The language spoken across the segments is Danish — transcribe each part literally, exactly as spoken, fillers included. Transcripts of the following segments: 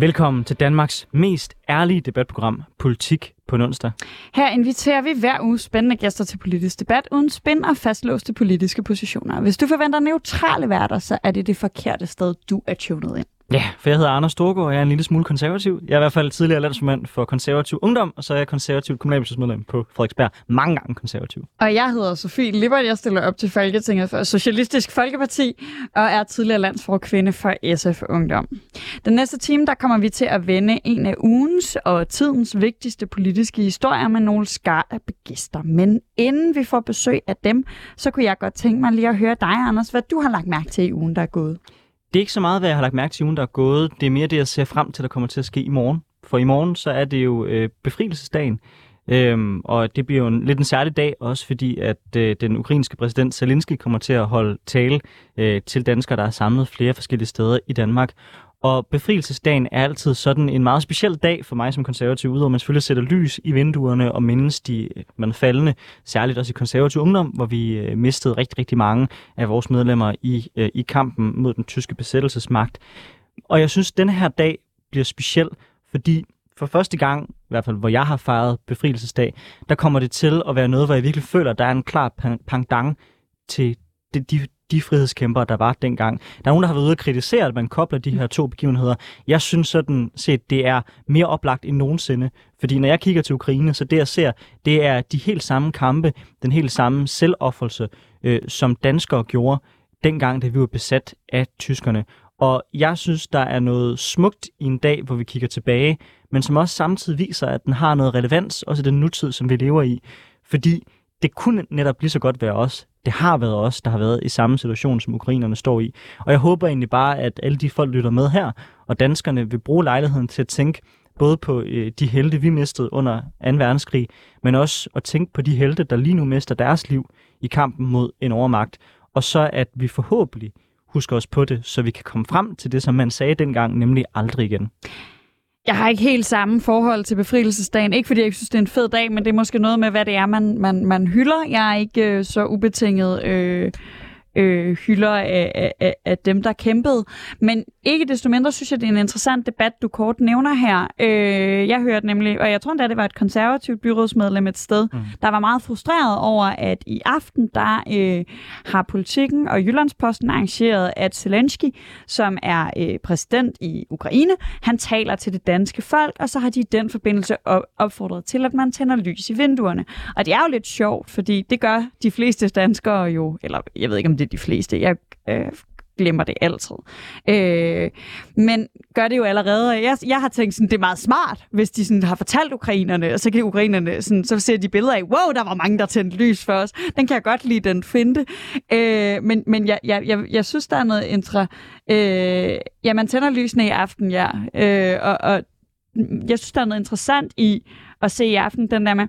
Velkommen til Danmarks mest ærlige debatprogram, Politik på en onsdag. Her inviterer vi hver uge spændende gæster til politisk debat uden spænd og fastlåste politiske positioner. Hvis du forventer neutrale værter, så er det det forkerte sted, du er tunet ind. Ja, for jeg hedder Anders Storgård, og jeg er en lille smule konservativ. Jeg er i hvert fald tidligere landsformand for Konservativ Ungdom, og så er jeg konservativt kommunalbestyrelsesmedlem på Frederiksberg. Mange gange konservativ. Og jeg hedder Sofie Lippert, jeg stiller op til Folketinget for Socialistisk Folkeparti, og er tidligere landsforkvinde for S F Ungdom. Den næste time, der kommer vi til at vende en af ugens og tidens vigtigste politiske historier med nogle skarpe gæster. Men inden vi får besøg af dem, så kunne jeg godt tænke mig lige at høre dig, Anders, hvad du har lagt mærke til i ugen, der er gået. Det er ikke så meget, hvad jeg har lagt mærke til ugen, der er gået. Det er mere det, jeg ser frem til, der kommer til at ske i morgen. For i morgen, så er det jo øh, befrielsesdagen. Øhm, og det bliver jo en, lidt en særlig dag, også fordi, at øh, den ukrainske præsident Zelensky kommer til at holde tale øh, til danskere, der er samlet flere forskellige steder i Danmark. Og befrielsesdagen er altid sådan en meget speciel dag for mig som konservativ, udover man selvfølgelig sætter lys i vinduerne og mindes de man faldende, særligt også i Konservativ Ungdom, hvor vi øh, mistede rigtig, rigtig mange af vores medlemmer i, øh, i kampen mod den tyske besættelsesmagt. Og jeg synes, at denne her dag bliver speciel, fordi for første gang, i hvert fald hvor jeg har fejret befrielsesdag, der kommer det til at være noget, hvor jeg virkelig føler, at der er en klar pendant til de, de de frihedskæmpere, der var dengang. Der er nogen, der har været ude at kritisere, at man kobler de her to begivenheder. Jeg synes sådan set, det er mere oplagt end nogensinde. Fordi når jeg kigger til Ukraine, så det jeg ser, det er de helt samme kampe, den helt samme selvoffrelse, øh, som danskere gjorde dengang, da vi var besat af tyskerne. Og jeg synes, der er noget smukt i en dag, hvor vi kigger tilbage, men som også samtidig viser, at den har noget relevans, også i den nutid, som vi lever i. Fordi det kunne netop lige så godt være os. Det har været os, der har været i samme situation, som ukrainerne står i. Og jeg håber egentlig bare, at alle de folk lytter med her, og danskerne vil bruge lejligheden til at tænke både på øh, de helte, vi mistede under anden verdenskrig, men også at tænke på de helte, der lige nu mister deres liv i kampen mod en overmagt. Og så at vi forhåbentlig husker os på det, så vi kan komme frem til det, som man sagde dengang, nemlig aldrig igen. Jeg har ikke helt samme forhold til befrielsesdagen. Ikke fordi jeg ikke synes, det er en fed dag, men det er måske noget med, hvad det er, man, man, man hylder. Jeg er ikke øh, så ubetinget øh, øh, hylder af, af, af dem, der kæmpede. Men ikke desto mindre synes jeg, det er en interessant debat, du kort nævner her. Øh, jeg hørte nemlig, og jeg tror endda, det var et konservativt byrådsmedlem et sted, mm. der var meget frustreret over, at i aften, der øh, har Politikken og Jyllandsposten arrangeret, at Zelensky, som er øh, præsident i Ukraine, han taler til det danske folk, og så har de i den forbindelse opfordret til, at man tænder lys i vinduerne. Og det er jo lidt sjovt, fordi det gør de fleste danskere jo, eller jeg ved ikke, om det er de fleste, jeg øh, glemmer det altid. Øh, men gør det jo allerede. Jeg, jeg har tænkt sådan, det er meget smart, hvis de sådan har fortalt ukrainerne, og så kan ukrainerne sådan, så ser de billeder af, wow, der var mange, der tændte lys for os. Den kan jeg godt lide, den finte. Øh, men men jeg, jeg, jeg, jeg synes, der er noget intra... Øh, ja, man tænder lysene i aften, ja. Øh, og, og jeg synes, der er noget interessant i at se i aften, den der med,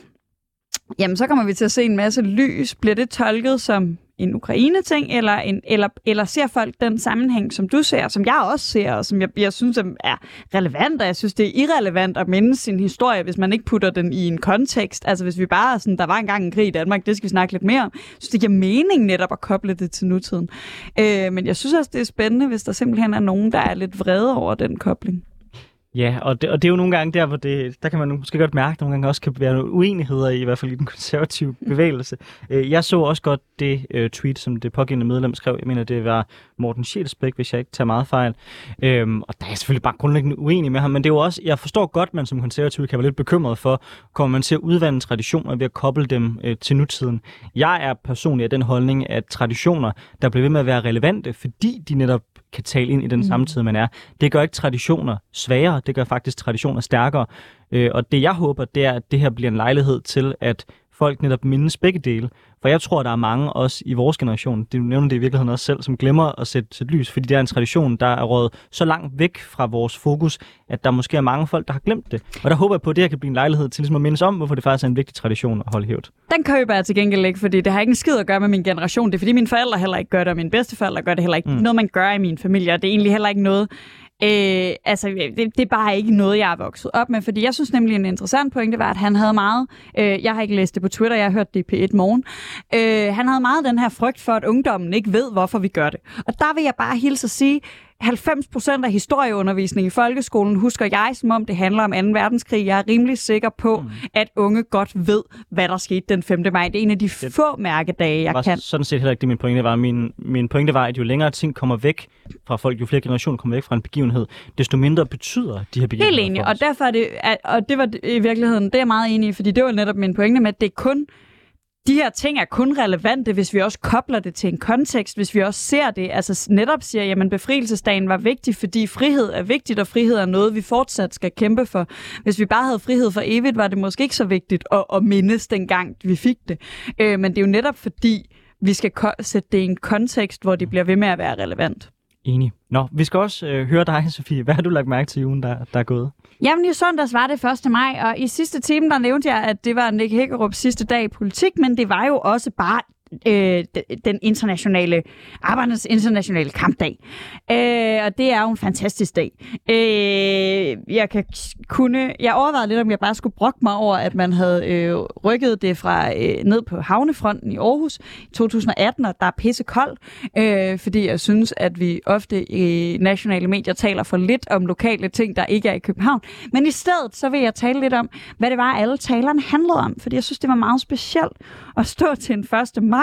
jamen, så kommer vi til at se en masse lys. Bliver det tolket som en Ukraine-ting, eller, en, eller, eller ser folk den sammenhæng, som du ser, som jeg også ser, og som jeg, jeg synes er relevant, og jeg synes, det er irrelevant at minde sin historie, hvis man ikke putter den i en kontekst. Altså, hvis vi bare er sådan, der var engang en krig i Danmark, det skal vi snakke lidt mere om. Jeg synes, det giver mening netop at koble det til nutiden. Øh, men jeg synes også, det er spændende, hvis der simpelthen er nogen, der er lidt vrede over den kobling. Ja, og det, og det er jo nogle gange der, hvor det, der kan man måske godt mærke, at nogle gange også kan være nogle uenigheder, i hvert fald i den konservative bevægelse. Jeg så også godt det uh, tweet, som det pågældende medlem skrev. Jeg mener, det var Morten Schelsbæk, hvis jeg ikke tager meget fejl. Um, og der er jeg selvfølgelig bare grundlæggende uenig med ham, men det er jo også, jeg forstår godt, at man som konservativ kan være lidt bekymret for, kommer man til at udvande traditioner ved at koble dem uh, til nutiden. Jeg er personligt af den holdning, at traditioner, der bliver ved med at være relevante, fordi de netop kan tale ind i den mm. samtid, man er. Det gør ikke traditioner sværere, det gør faktisk traditioner stærkere. Øh, og det jeg håber, det er, at det her bliver en lejlighed til, at folk netop mindes begge dele. For jeg tror, der er mange også i vores generation, det nævner det i virkeligheden også selv, som glemmer at sætte, sætte lys, fordi det er en tradition, der er røget så langt væk fra vores fokus, at der måske er mange folk, der har glemt det. Og der håber jeg på, at det her kan blive en lejlighed til ligesom at mindes om, hvorfor det faktisk er en vigtig tradition at holde hævd. Den køber jeg til gengæld ikke, fordi det har ikke en skid at gøre med min generation. Det er fordi mine forældre heller ikke gør det, og mine bedsteforældre gør det heller ikke. Mm. Noget, man gør i min familie, og det er egentlig heller ikke noget... Øh, altså, det, det er bare ikke noget, jeg er vokset op med, fordi jeg synes nemlig, en interessant pointe var, at han havde meget, øh, jeg har ikke læst det på Twitter, jeg har hørt det i P et Morgen, øh, han havde meget den her frygt for, at ungdommen ikke ved, hvorfor vi gør det. Og der vil jeg bare hilse at sige, halvfems procent af historieundervisning i folkeskolen husker jeg, som om det handler om anden verdenskrig. Jeg er rimelig sikker på, mm. at unge godt ved, hvad der skete den femte maj. Det er en af de det få mærkedage, jeg var kan. Sådan set heller ikke det, min pointe var. Min, min pointe var, at jo længere ting kommer væk fra folk, jo flere generationer kommer væk fra en begivenhed, desto mindre betyder de her begivenheder. Helt enig, og derfor er det, og det var i virkeligheden, det er jeg meget enig i, fordi det var netop min pointe med, at det er kun de her ting er kun relevante, hvis vi også kobler det til en kontekst, hvis vi også ser det, altså netop siger, jamen befrielsesdagen var vigtig, fordi frihed er vigtigt, og frihed er noget, vi fortsat skal kæmpe for. Hvis vi bare havde frihed for evigt, var det måske ikke så vigtigt at, at mindes dengang, vi fik det. Øh, men det er jo netop fordi, vi skal ko- sætte det i en kontekst, hvor det bliver ved med at være relevant. Enig. Nå, vi skal også øh, høre dig, Sofie. Hvad har du lagt mærke til i ugen, der, der er gået? Jamen i søndags var det første maj, og i sidste time, der nævnte jeg, at det var Nick Hækkerups sidste dag i politik, men det var jo også bare øh, den internationale, arbejdernes internationale kampdag. Øh, og det er jo en fantastisk dag. Øh, jeg kan kunne, jeg overvejede lidt, om jeg bare skulle brokke mig over, at man havde øh, rykket det fra øh, ned på havnefronten i Aarhus i to tusind og atten, og der er pisse koldt, øh, fordi jeg synes, at vi ofte i nationale medier taler for lidt om lokale ting, der ikke er i København. Men i stedet, så vil jeg tale lidt om, hvad det var, alle talerne handlede om, fordi jeg synes, det var meget specielt at stå til en første maj,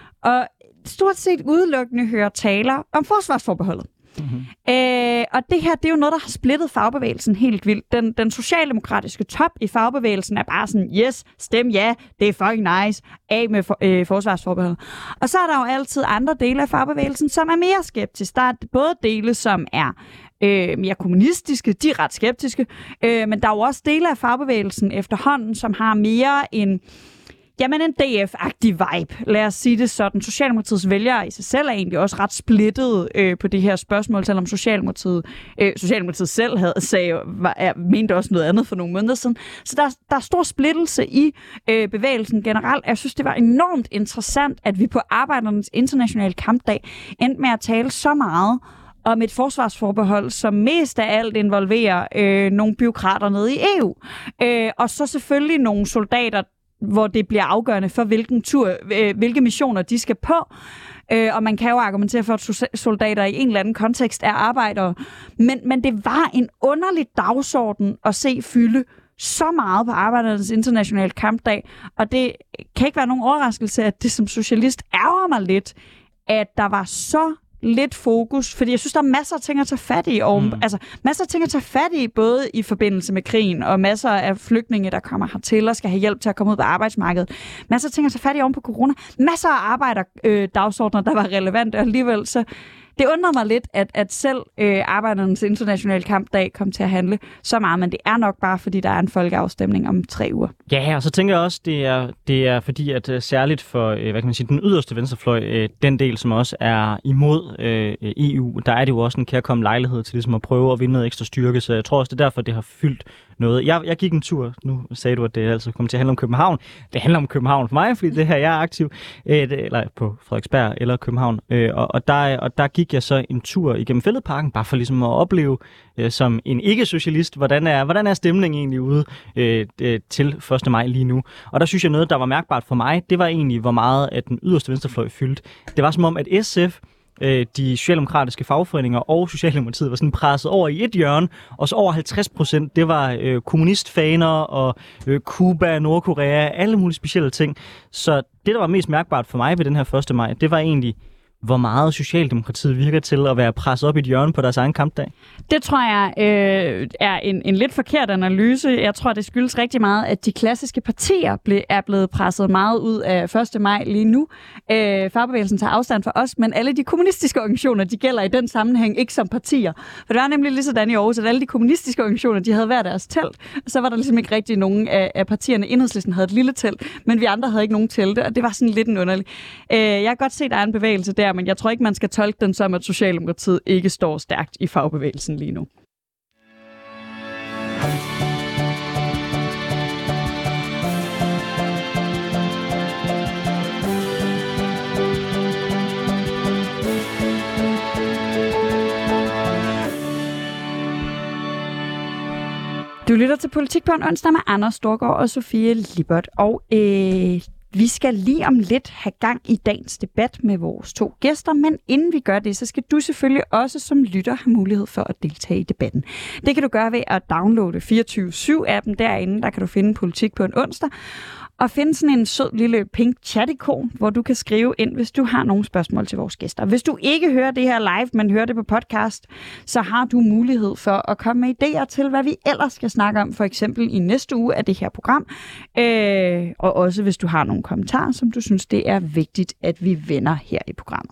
og stort set udelukkende høre taler om forsvarsforbeholdet. Mm-hmm. Øh, og det her, det er jo noget, der har splittet fagbevægelsen helt vildt. Den, den socialdemokratiske top i fagbevægelsen er bare sådan, yes, stem ja, det er fucking nice, af med for, øh, forsvarsforbeholdet. Og så er der jo altid andre dele af fagbevægelsen, som er mere skeptiske. Der er både dele, som er øh, mere kommunistiske, de er ret skeptiske, øh, men der er jo også dele af fagbevægelsen efterhånden, som har mere en Jamen en D F-agtig vibe, lad os sige det sådan. Socialdemokratiets vælgere i sig selv er egentlig også ret splittet øh, på det her spørgsmål, selvom Socialdemokratiet, øh, Socialdemokratiet selv havde, sagde, var, er, mente også noget andet for nogle måneder siden. Så der, der er stor splittelse i øh, bevægelsen generelt. Jeg synes, det var enormt interessant, at vi på Arbejdernes Internationale Kampdag endte med at tale så meget om et forsvarsforbehold, som mest af alt involverer øh, nogle bureaukrater nede i E U. Øh, og så selvfølgelig nogle soldater, hvor det bliver afgørende for, hvilken tur, øh, hvilke missioner de skal på. Øh, og man kan jo argumentere for, at soldater i en eller anden kontekst er arbejdere. Men, men det var en underlig dagsorden at se fylde så meget på Arbejdernes Internationale Kampdag. Og det kan ikke være nogen overraskelse, at det som socialist ærger mig lidt, at der var så lidt fokus, fordi jeg synes, der er masser af ting at tage fat i. Og, mm. Altså, masser af ting at tage fat i, både i forbindelse med krigen, og masser af flygtninge, der kommer hertil og skal have hjælp til at komme ud på arbejdsmarkedet. Masser af ting at tage fat i oven på corona. Masser af arbejderdagsordner, øh, der var relevante, og alligevel så det undrer mig lidt, at, at selv øh, Arbejdernes Internationale Kampdag kom til at handle så meget, men det er nok bare, fordi der er en folkeafstemning om tre uger. Ja, og så tænker jeg også, det er, det er fordi, at uh, særligt for uh, hvad kan man sige, den yderste venstrefløj, uh, den del, som også er imod uh, E U, der er det jo også en kærkommen lejlighed til ligesom at prøve at vinde noget ekstra styrke, så jeg tror også, det er derfor, det har fyldt noget. Jeg, jeg gik en tur, nu sagde du, at det altså kommer til at handle om København. Det handler om København for mig, fordi det her, jeg er aktiv, øh, det, eller på Frederiksberg eller København, øh, og, og, der, og der gik jeg så en tur igennem Fælledparken, bare for ligesom at opleve øh, som en ikke-socialist, hvordan er, hvordan er stemningen egentlig ude øh, øh, til første maj lige nu. Og der synes jeg noget, der var mærkbart for mig, det var egentlig, hvor meget at den yderste venstrefløj fyldte. Det var som om, at S F, de socialdemokratiske fagforeninger og Socialdemokratiet var sådan presset over i et hjørne, og så over halvtreds procent, det var øh, kommunistfaner og øh, Cuba, Nordkorea, alle mulige specielle ting. Så det, der var mest mærkbart for mig ved den her første maj, det var egentlig, hvor meget Socialdemokratiet virker til at være presset op i et hjørne på deres egen kampdag? Det tror jeg øh, er en, en lidt forkert analyse. Jeg tror, det skyldes rigtig meget, at de klassiske partier ble, er blevet presset meget ud af første maj lige nu. Øh, Fagbevægelsen tager afstand for os, men alle de kommunistiske organisationer, de gælder i den sammenhæng ikke som partier. For det var nemlig lige sådan i Aarhus, at alle de kommunistiske organisationer, de havde hver deres telt, og så var der ligesom ikke rigtig nogen af, af partierne. Enhedslisten havde et lille telt, men vi andre havde ikke nogen telte, og det var sådan lidt en underlig. Øh, jeg kan godt se, at der er en bevægelse der, men jeg tror ikke, man skal tolke den som, at Socialdemokratiet ikke står stærkt i fagbevægelsen lige nu. Du lytter til Politik på en onsdag med Anders Storgård og Sofie Lippert. Og øh, Vi skal lige om lidt have gang i dagens debat med vores to gæster, men inden vi gør det, så skal du selvfølgelig også som lytter have mulighed for at deltage i debatten. Det kan du gøre ved at downloade fireogtyve syv appen. Derinde der kan du finde Politik på en onsdag, og finde sådan en sød lille pink chat-ikon, hvor du kan skrive ind, hvis du har nogle spørgsmål til vores gæster. Hvis du ikke hører det her live, men hører det på podcast, så har du mulighed for at komme med idéer til, hvad vi ellers skal snakke om, for eksempel i næste uge af det her program. Øh, og også hvis du har nogle kommentarer, som du synes, det er vigtigt, at vi vender her i programmet.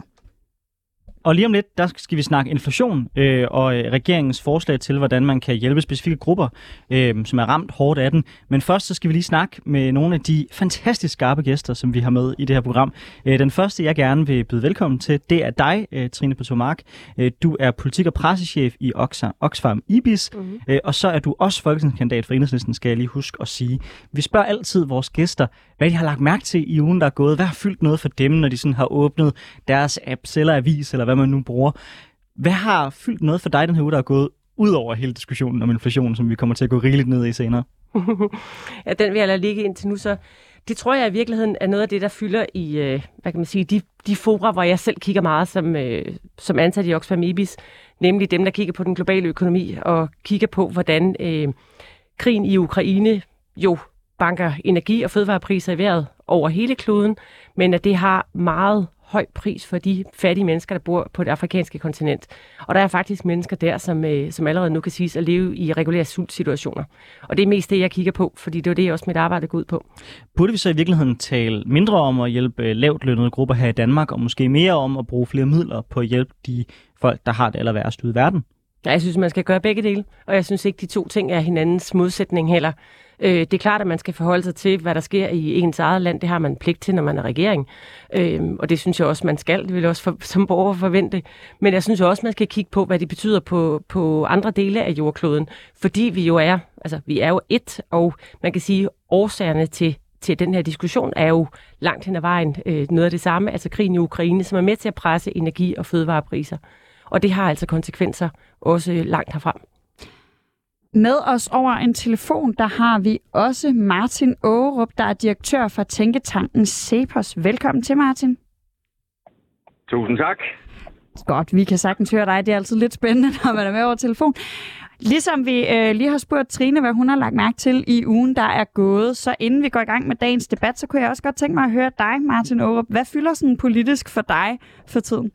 Og lige om lidt, der skal vi snakke inflation øh, og øh, regeringens forslag til, hvordan man kan hjælpe specifikke grupper, øh, som er ramt hårdt af den. Men først så skal vi lige snakke med nogle af de fantastisk skarpe gæster, som vi har med i det her program. Øh, den første, jeg gerne vil byde velkommen til, det er dig, øh, Trine Pertou-Mach. Øh, du er politik- og pressechef i Oxfam IBIS, mm-hmm. øh, og så er du også folketingskandidat for Enhedslisten, skal jeg lige huske at sige. Vi spørger altid vores gæster, hvad de har lagt mærke til i ugen, der er gået. Hvad har fyldt noget for dem, når de sådan har åbnet deres apps eller avis, eller hvad man nu bruger. Hvad har fyldt noget for dig den her uge, der er gået ud over hele diskussionen om inflation, som vi kommer til at gå rigeligt ned i senere? Ja, den vil jeg lade ligge indtil nu, så det tror jeg i virkeligheden er noget af det, der fylder i, øh, hvad kan man sige, de, de fora, hvor jeg selv kigger meget som, øh, som ansat i Oxfam IBIS, nemlig dem, der kigger på den globale økonomi og kigger på, hvordan øh, krigen i Ukraine jo banker energi- og fødevarepriser i vejret over hele kloden, men at det har meget høj pris for de fattige mennesker, der bor på det afrikanske kontinent. Og der er faktisk mennesker der, som, øh, som allerede nu kan siges at leve i regulære sultsituationer. Og det er mest det, jeg kigger på, fordi det er det, også mit arbejde går ud på. Burde vi så i virkeligheden tale mindre om at hjælpe lavt lønnede grupper her i Danmark, og måske mere om at bruge flere midler på at hjælpe de folk, der har det aller værst ude i verden? Ja, jeg synes, man skal gøre begge dele, og jeg synes ikke, de to ting er hinandens modsætning heller. Øh, det er klart, at man skal forholde sig til, hvad der sker i ens eget land. Det har man pligt til, når man er regering. Øh, og det synes jeg også, man skal. Det vil jeg også for, som borger forvente. Men jeg synes også, man skal kigge på, hvad det betyder på, på andre dele af jordkloden. Fordi vi jo er, altså vi er jo et, og man kan sige, årsagerne til, til den her diskussion er jo langt hen ad vejen øh, noget af det samme. Altså krigen i Ukraine, som er med til at presse energi- og fødevarepriser. Og det har altså konsekvenser også langt herfra. Med os over en telefon, der har vi også Martin Aagerup, der er direktør for tænketanken CEPOS. Velkommen til, Martin. Tusind tak. Godt, vi kan sagtens høre dig. Det er altid lidt spændende, når man er med over telefon. Ligesom vi øh, lige har spurgt Trine, hvad hun har lagt mærke til i ugen, der er gået, så inden vi går i gang med dagens debat, så kunne jeg også godt tænke mig at høre dig, Martin Aagerup. Hvad fylder sådan politisk for dig for tiden?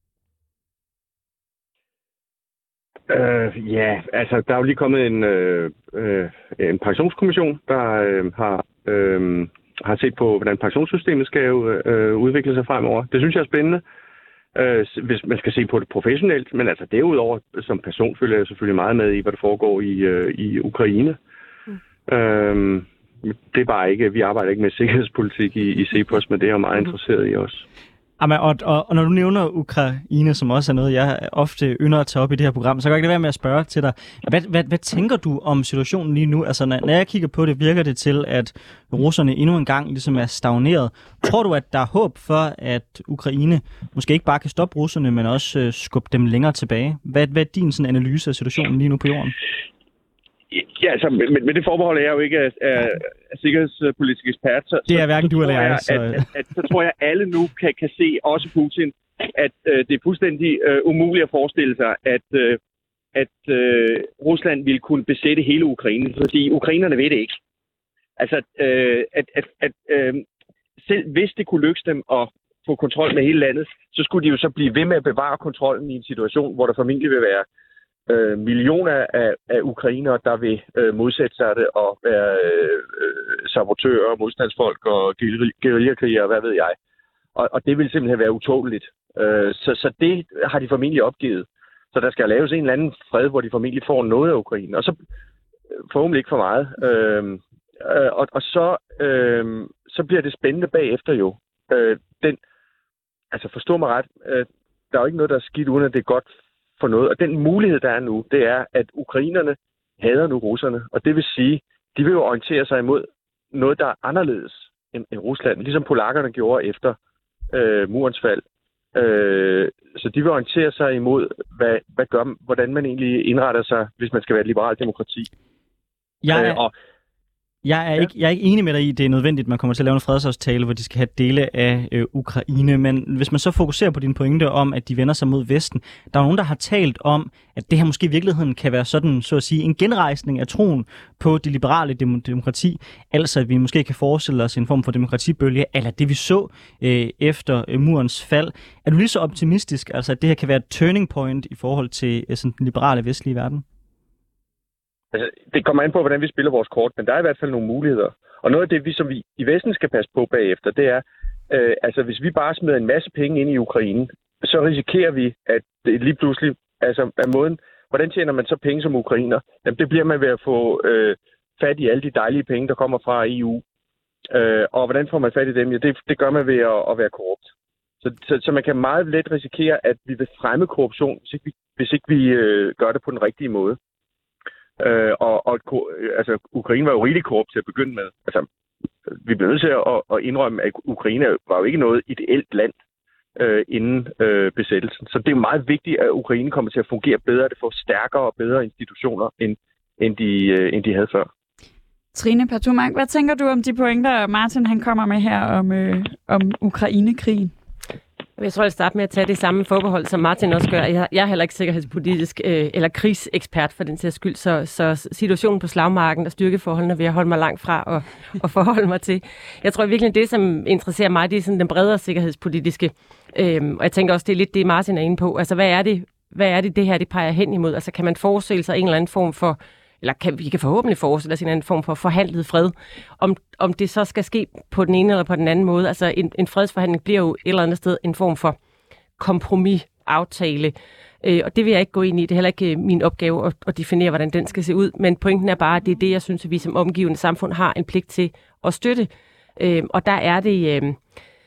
Uh, ja, altså der er jo lige kommet en, øh, øh, en pensionskommission, der øh, har, øh, har set på, hvordan pensionssystemet skal øh, udvikle sig fremover. Det synes jeg er spændende, øh, hvis man skal se på det professionelt. Men altså derudover, som person følger jeg selvfølgelig meget med i, hvad der foregår i, øh, i Ukraine. Mm. Øh, det er bare ikke, vi arbejder ikke med sikkerhedspolitik i, i CEPOS, men det er jeg meget interesseret i også. Jamen, og, og, og når du nævner Ukraine, som også er noget, jeg ofte ynder at tage op i det her program, så kan jeg ikke lade være med at spørge til dig. Hvad, hvad, hvad tænker du om situationen lige nu? Altså, når, når jeg kigger på det, virker det til, at russerne endnu en gang ligesom er stagneret. Tror du, at der er håb for, at Ukraine måske ikke bare kan stoppe russerne, men også uh, skubbe dem længere tilbage? Hvad, hvad er din sådan, analyse af situationen lige nu på jorden? Ja, altså, med, med det forbehold er jeg jo ikke af, af, af sikkerhedspolitisk ekspert. Så, det er hverken du eller jeg. Så... At, at, at, så tror jeg, at alle nu kan, kan se, også Putin, at øh, det er fuldstændig øh, umuligt at forestille sig, at, øh, at øh, Rusland ville kunne besætte hele Ukraine, fordi ukrainerne ved det ikke. Altså, øh, at, at, at øh, selv hvis det kunne lykkes dem at få kontrol med hele landet, så skulle de jo så blive ved med at bevare kontrollen i en situation, hvor der formentlig vil være Øh, millioner af, af ukrainere, der vil øh, modsætte sig det og være øh, sabotører, modstandsfolk og guerillakrigere, hvad ved jeg. Og, og det vil simpelthen være utåleligt. Øh, så, så det har de formentlig opgivet. Så der skal laves en eller anden fred, hvor de formentlig får noget af Ukraine. Og så forhåbentlig ikke for meget. Øh, øh, og, og så, øh, så bliver det spændende bagefter jo. Øh, den, altså forstå mig ret, øh, der er jo ikke noget, der er skidt, uden at det er godt for noget. Og den mulighed, der er nu, det er, at ukrainerne hader nu russerne. Og det vil sige, de vil jo orientere sig imod noget, der er anderledes end, end Rusland. Ligesom polakkerne gjorde efter øh, murens fald. Øh, så de vil orientere sig imod, hvad, hvad gør, hvordan man egentlig indretter sig, hvis man skal være et liberalt demokrati. Jeg er... øh, og Jeg er, ikke, jeg er ikke enig med dig i, at det er nødvendigt, at man kommer til at lave en fredsaftale, hvor de skal have dele af øh, Ukraine. Men hvis man så fokuserer på din pointe om, at de vender sig mod Vesten, der er nogen, der har talt om, at det her måske i virkeligheden kan være sådan, så at sige, en genrejsning af troen på det liberale dem- demokrati. Altså, at vi måske kan forestille os en form for demokratibølge, eller det vi så øh, efter øh, murens fald. Er du lige så optimistisk, altså at det her kan være et turning point i forhold til øh, sådan den liberale vestlige verden? Altså, det kommer an på, hvordan vi spiller vores kort, men der er i hvert fald nogle muligheder. Og noget af det, vi som vi i Vesten skal passe på bagefter, det er, øh, altså hvis vi bare smider en masse penge ind i Ukraine, så risikerer vi, at det lige pludselig, altså af måden, hvordan tjener man så penge som ukrainer? Jamen, det bliver man ved at få øh, fat i alle de dejlige penge, der kommer fra E U. Øh, og hvordan får man fat i dem? Ja, det, det gør man ved at, at være korrupt. Så, så, så man kan meget let risikere, at vi vil fremme korruption, hvis ikke vi, hvis ikke vi øh, gør det på den rigtige måde. Øh, og, og altså, Ukraine var jo rigtig korrupt til at begynde med. Altså, vi bliver nødt til at, at indrømme, at Ukraine var jo ikke noget ideelt land øh, inden øh, besættelsen. Så det er meget vigtigt, at Ukraine kommer til at fungere bedre, at det får stærkere og bedre institutioner, end, end, de, øh, end de havde før. Trine Patumark, hvad tænker du om de pointer, Martin han kommer med her om, øh, om Ukraine-krigen? Jeg tror, jeg vil starte med at tage det samme forbehold, som Martin også gør. Jeg, jeg er heller ikke sikkerhedspolitisk øh, eller krigsekspert for den sags skyld, så, så situationen på slagmarken og styrkeforholdene vil jeg holde mig langt fra og, og forholde mig til. Jeg tror virkelig, det, som interesserer mig, det er sådan den bredere sikkerhedspolitiske. Øhm, og jeg tænker også, det er lidt det, Martin er inde på. Altså, hvad er det, hvad er det, det her det peger hen imod? Altså, kan man forestille sig en eller anden form for eller kan, vi kan forhåbentlig forestille os en anden form for forhandlet fred. Om, om det så skal ske på den ene eller på den anden måde. Altså en, en fredsforhandling bliver jo et eller andet sted en form for kompromisaftale. Øh, og det vil jeg ikke gå ind i. Det er heller ikke min opgave at, at definere, hvordan den skal se ud. Men pointen er bare, at det er det, jeg synes, at vi som omgivende samfund har en pligt til at støtte. Øh, og der er det... Øh,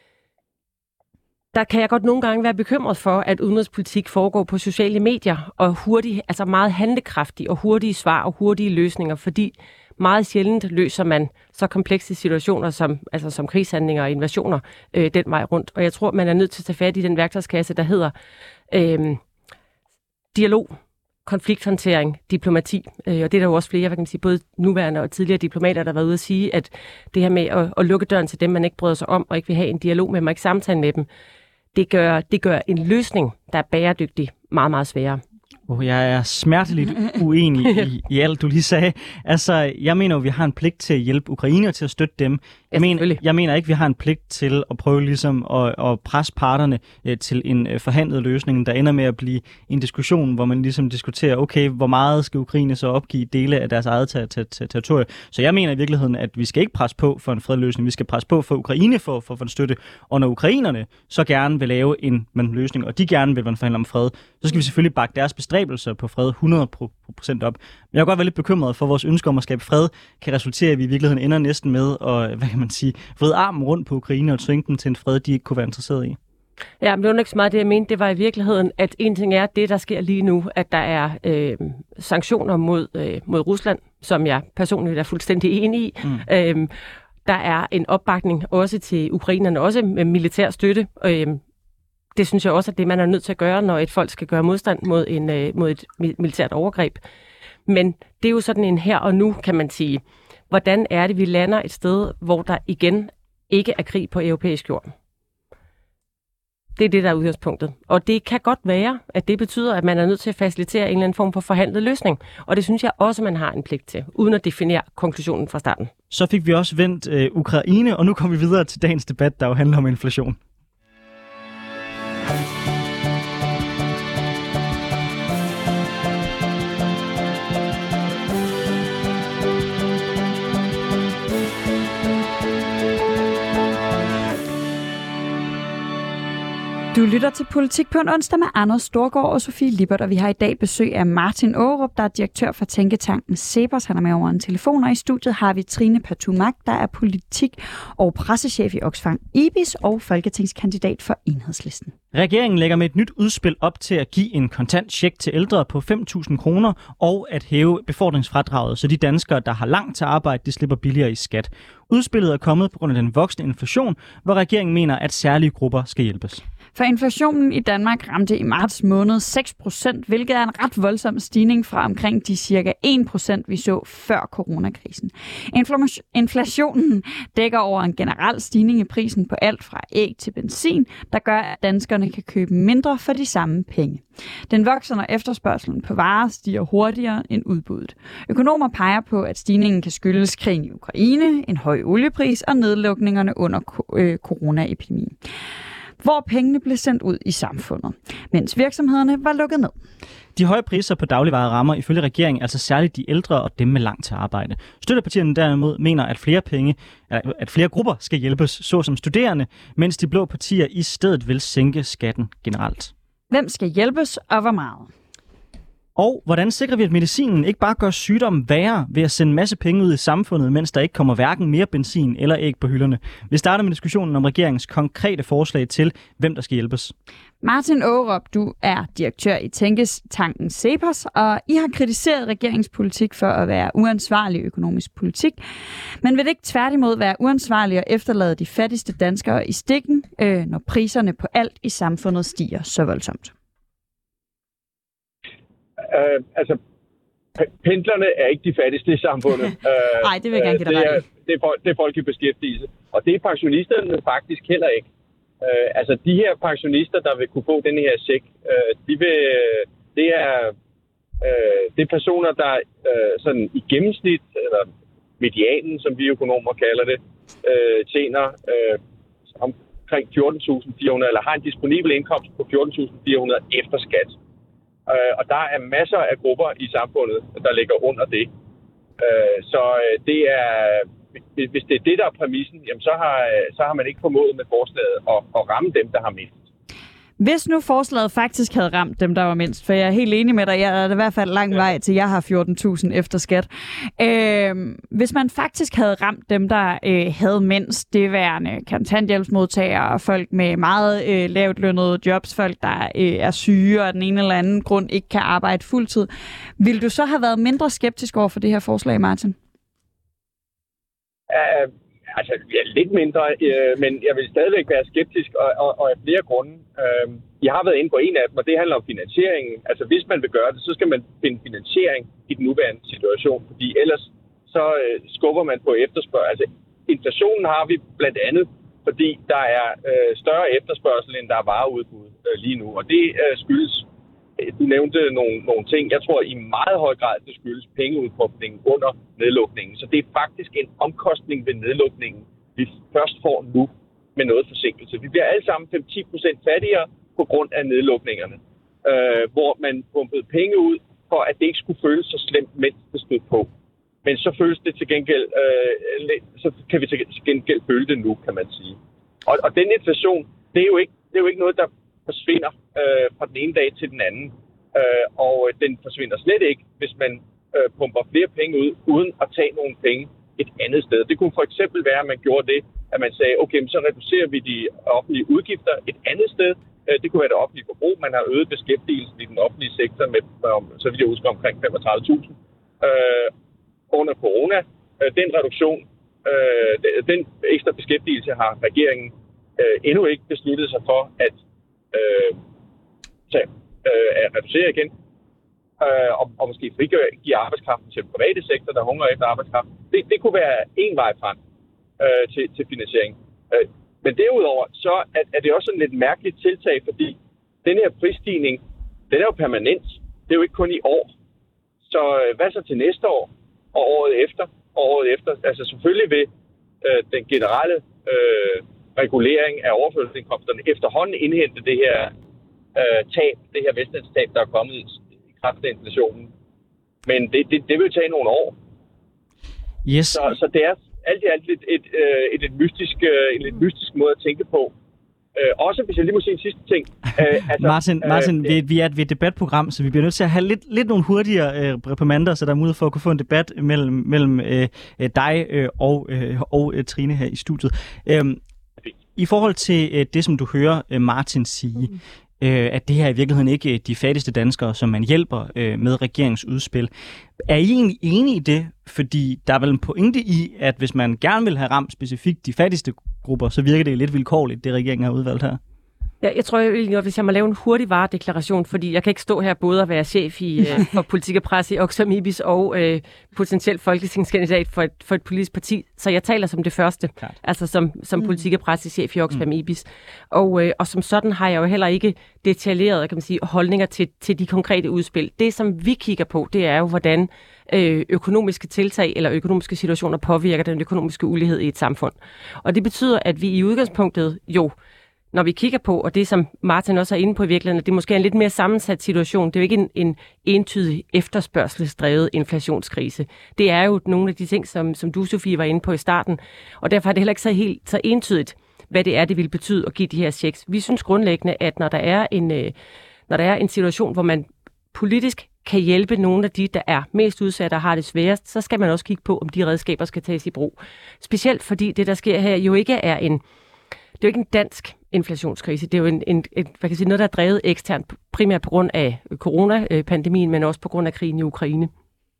Der kan jeg godt nogle gange være bekymret for, at udenrigspolitik foregår på sociale medier og hurtigt, altså meget handlekraftige og hurtige svar og hurtige løsninger, fordi meget sjældent løser man så komplekse situationer som, altså som krigshandlinger og invasioner øh, den vej rundt. Og jeg tror, man er nødt til at tage fat i den værktøjskasse, der hedder øh, dialog, konflikthåndtering, diplomati. Øh, og det er der jo også flere, hvad kan man sige, både nuværende og tidligere diplomater, der har været ude at sige, at det her med at, at lukke døren til dem, man ikke bryder sig om og ikke vil have en dialog med dem og ikke samtale med dem, Det gør, det gør en løsning, der er bæredygtig, meget, meget sværere. Oh, jeg er smerteligt uenig i, i alt, du lige sagde. Altså, jeg mener jo, vi har en pligt til at hjælpe Ukraine og til at støtte dem. Jeg, ja, mener, jeg mener ikke, vi har en pligt til at prøve ligesom at, at presse parterne eh, til en eh, forhandlet løsning, der ender med at blive en diskussion, hvor man ligesom diskuterer, okay, hvor meget skal Ukraine så opgive dele af deres eget ter- ter- ter- territorie. Så jeg mener i virkeligheden, at vi skal ikke presse på for en fredsløsning. Vi skal presse på for Ukraine for, for, for en støtte. Og når ukrainerne så gerne vil lave en man, løsning, og de gerne vil forhandle om fred, så skal vi selvfølgelig bakke deres bestræbelser på fred hundrede procent op. Men jeg er godt være lidt bekymret for, at vores ønske om at skabe fred kan resultere, at vi i virkeligheden ender næsten med at, hvad kan man sige, vride armen rundt på Ukraine og tvinge dem til en fred, de ikke kunne være interesseret i. Ja, men det var ikke så meget det, jeg mente. Det var i virkeligheden, at en ting er det, der sker lige nu, at der er øh, sanktioner mod, øh, mod Rusland, som jeg personligt er fuldstændig enig i. Mm. Øh, der er en opbakning også til ukrainerne, også med militær støtte. Øh, Det synes jeg også, at det man er nødt til at gøre, når et folk skal gøre modstand mod, en, øh, mod et militært overgreb. Men det er jo sådan en her og nu, kan man sige. Hvordan er det, vi lander et sted, hvor der igen ikke er krig på europæisk jord? Det er det, der er udgangspunktet. Og det kan godt være, at det betyder, at man er nødt til at facilitere en eller anden form for forhandlet løsning. Og det synes jeg også, man har en pligt til, uden at definere konklusionen fra starten. Så fik vi også vendt øh, Ukraine, og nu kommer vi videre til dagens debat, der jo handler om inflation. Du lytter til Politik på en onsdag med Anders Storgård og Sofie Lippert, og vi har i dag besøg af Martin Aarup, der er direktør for tænketanken CEPOS. Han er med over en telefon, og i studiet har vi Trine Patumark, der er politik- og pressechef i Oxfam IBIS og folketingskandidat for Enhedslisten. Regeringen lægger med et nyt udspil op til at give en kontant check til ældre på fem tusind kroner og at hæve befordringsfradraget, så de danskere, der har langt til arbejde, de slipper billigere i skat. Udspillet er kommet på grund af den voksende inflation, hvor regeringen mener, at særlige grupper skal hjælpes. For inflationen i Danmark ramte i marts måned seks procent, hvilket er en ret voldsom stigning fra omkring de cirka en procent, vi så før coronakrisen. Inflationen dækker over en generel stigning i prisen på alt fra æg til benzin, der gør, at danskerne kan købe mindre for de samme penge. Den vokser, når efterspørgselen på varer stiger hurtigere end udbuddet. Økonomer peger på, at stigningen kan skyldes krigen i Ukraine, en høj oliepris og nedlukningerne under coronaepidemien, hvor pengene blev sendt ud i samfundet, mens virksomhederne var lukket ned. De høje priser på dagligvarer rammer ifølge regeringen altså særligt de ældre og dem med langt til arbejde. Støttepartierne derimod mener, at flere penge, at flere grupper skal hjælpes, såsom studerende, mens de blå partier i stedet vil sænke skatten generelt. Hvem skal hjælpes, og hvor meget? Og hvordan sikrer vi, at medicinen ikke bare gør sygdommen værre ved at sende en masse penge ud i samfundet, mens der ikke kommer hverken mere benzin eller æg på hylderne? Vi starter med diskussionen om regeringens konkrete forslag til, hvem der skal hjælpes. Martin Aarup, du er direktør i Tænketanken CEPOS, og I har kritiseret regeringens politik for at være uansvarlig økonomisk politik. Men vil det ikke tværtimod være uansvarligt at efterlade de fattigste danskere i stikken, øh, når priserne på alt i samfundet stiger så voldsomt? Uh, altså, p- pendlerne er ikke de fattigste i samfundet. Nej, uh, det vil jeg gerne give dig det, er, ret i. det, er, det er folk i beskæftigelse. Og det er pensionisterne faktisk heller ikke. Uh, altså, de her pensionister, der vil kunne få den her check, uh, de vil, det, er, uh, det er personer, der uh, sådan i gennemsnit, eller medianen, som vi økonomer kalder det, uh, tjener uh, omkring fjorten tusind fire hundrede, eller har en disponibel indkomst på fjorten tusind fire hundrede efter skat. Uh, og der er masser af grupper i samfundet, der ligger under det. Uh, så uh, det er, hvis det er det, der er præmissen, jamen så har, så har man ikke formået med forslaget at, at ramme dem, der har mindst. Hvis nu forslaget faktisk havde ramt dem, der var mindst, for jeg er helt enig med dig, jeg er i hvert fald lang vej til, jeg har fjorten tusind efter skat. Øh, hvis man faktisk havde ramt dem, der øh, havde mindst, det værende kontanthjælpsmodtagere, folk med meget øh, lavt lønnede jobs, folk der øh, er syge og af den ene eller anden grund ikke kan arbejde fuldtid, ville du så have været mindre skeptisk over for det her forslag, Martin? Uh... Altså, ja, lidt mindre, øh, men jeg vil stadigvæk være skeptisk, og, og, og af flere grunde. Øh, jeg har været inde på en af dem, og det handler om finansieringen. Altså, hvis man vil gøre det, så skal man finde finansiering i den nuværende situation, fordi ellers så øh, skubber man på efterspørgsel. Altså, inflationen har vi blandt andet, fordi der er øh, større efterspørgsel, end der er vareudbud øh, lige nu, og det øh, skyldes, du nævnte nogle, nogle ting. Jeg tror i meget høj grad, det skyldes pengeudpumpningen under nedlukningen. Så det er faktisk en omkostning ved nedlukningen, vi først får nu med noget forsinkelse. Vi bliver alle sammen fem til ti procent fattigere på grund af nedlukningerne, øh, hvor man pumpede penge ud, for at det ikke skulle føles så slemt, mens det stod på. Men så føles det til gengæld, øh, så kan vi til gengæld føle det nu, kan man sige. Og, og den inflation, det er jo ikke, det er jo ikke noget, der forsvinder øh, fra den ene dag til den anden. Øh, og den forsvinder slet ikke, hvis man øh, pumper flere penge ud, uden at tage nogle penge et andet sted. Det kunne for eksempel være, at man gjorde det, at man sagde, okay, så reducerer vi de offentlige udgifter et andet sted. Øh, det kunne være det offentlige forbrug. Man har øget beskæftigelsen i den offentlige sektor med, så vidt jeg husker, omkring femogtredive tusind. Øh, under corona, øh, den reduktion, øh, den ekstra beskæftigelse har regeringen øh, endnu ikke besluttet sig for at Øh, så, øh, at reducere igen, øh, og, og måske frigøre, give arbejdskraften til den private sektor, der hungrer efter arbejdskraft. Det, det kunne være en vej frem øh, til, til finansiering. Øh, men derudover, så er, er det også sådan lidt mærkeligt tiltag, fordi den her prisstigning, den er jo permanent. Det er jo ikke kun i år. Så øh, hvad så til næste år, og året efter, og året efter? Altså selvfølgelig vil øh, den generelle øh, regulering af overførselsindkomsterne efterhånden indhente det her øh, tab, det her velstandstab, der er kommet i, i kraft af inflationen. Men det, det, det vil tage nogle år. Yes. Så, så det er alt i alt et, et, et, et mystisk, en lidt mystisk måde at tænke på. Øh, også hvis jeg lige må sige en sidste ting. Øh, altså, Martin, Martin øh, vi, vi er et, vi er et debatprogram, så vi bliver nødt til at have lidt, lidt nogle hurtigere øh, reprimander, så der er mulighed for at kunne få en debat mellem, mellem øh, dig øh, og, øh, og øh, Trine her i studiet. Øh, i forhold til øh, det, som du hører øh, Martin sige, mm. øh, at det her er i virkeligheden ikke øh, de fattigste danskere, som man hjælper øh, med regeringsudspil. Er I egentlig enige i det? Fordi der er vel en pointe i, at hvis man gerne vil have ramt specifikt de fattigste grupper, så virker det lidt vilkårligt, det regeringen har udvalgt her. Ja, jeg tror egentlig, at hvis jeg må lave en hurtig varedeklaration, fordi jeg kan ikke stå her både at være chef i, øh, for politik og presse i Oxfam Ibis og øh, potentielt folketingskandidat for et, for et politisk parti, så jeg taler som det første, Klart. altså som, som mm. politik og presse chef i Oxfam mm. Ibis. Og, øh, og som sådan har jeg jo heller ikke detaljeret, kan man sige, holdninger til, til de konkrete udspil. Det, som vi kigger på, det er jo, hvordan øh, økonomiske tiltag eller økonomiske situationer påvirker den økonomiske ulighed i et samfund. Og det betyder, at vi i udgangspunktet jo når vi kigger på, og det som Martin også er inde på i virkeligheden, det er måske en lidt mere sammensat situation. Det er jo ikke en, en entydig efterspørgselsdrevet inflationskrise. Det er jo nogle af de ting, som, som du, Sofie, var inde på i starten, og derfor er det heller ikke så helt så entydigt, hvad det er, det vil betyde at give de her checks. Vi synes grundlæggende, at når der er en, øh, når der er en situation, hvor man politisk kan hjælpe nogle af de, der er mest udsatte og har det sværest, så skal man også kigge på, om de redskaber skal tages i brug. Specielt fordi det, der sker her, jo ikke er en Det er jo ikke en dansk inflationskrise. Det er jo en, en, en, hvad kan jeg sige, noget, der er drevet eksternt, primært på grund af coronapandemien, men også på grund af krigen i Ukraine.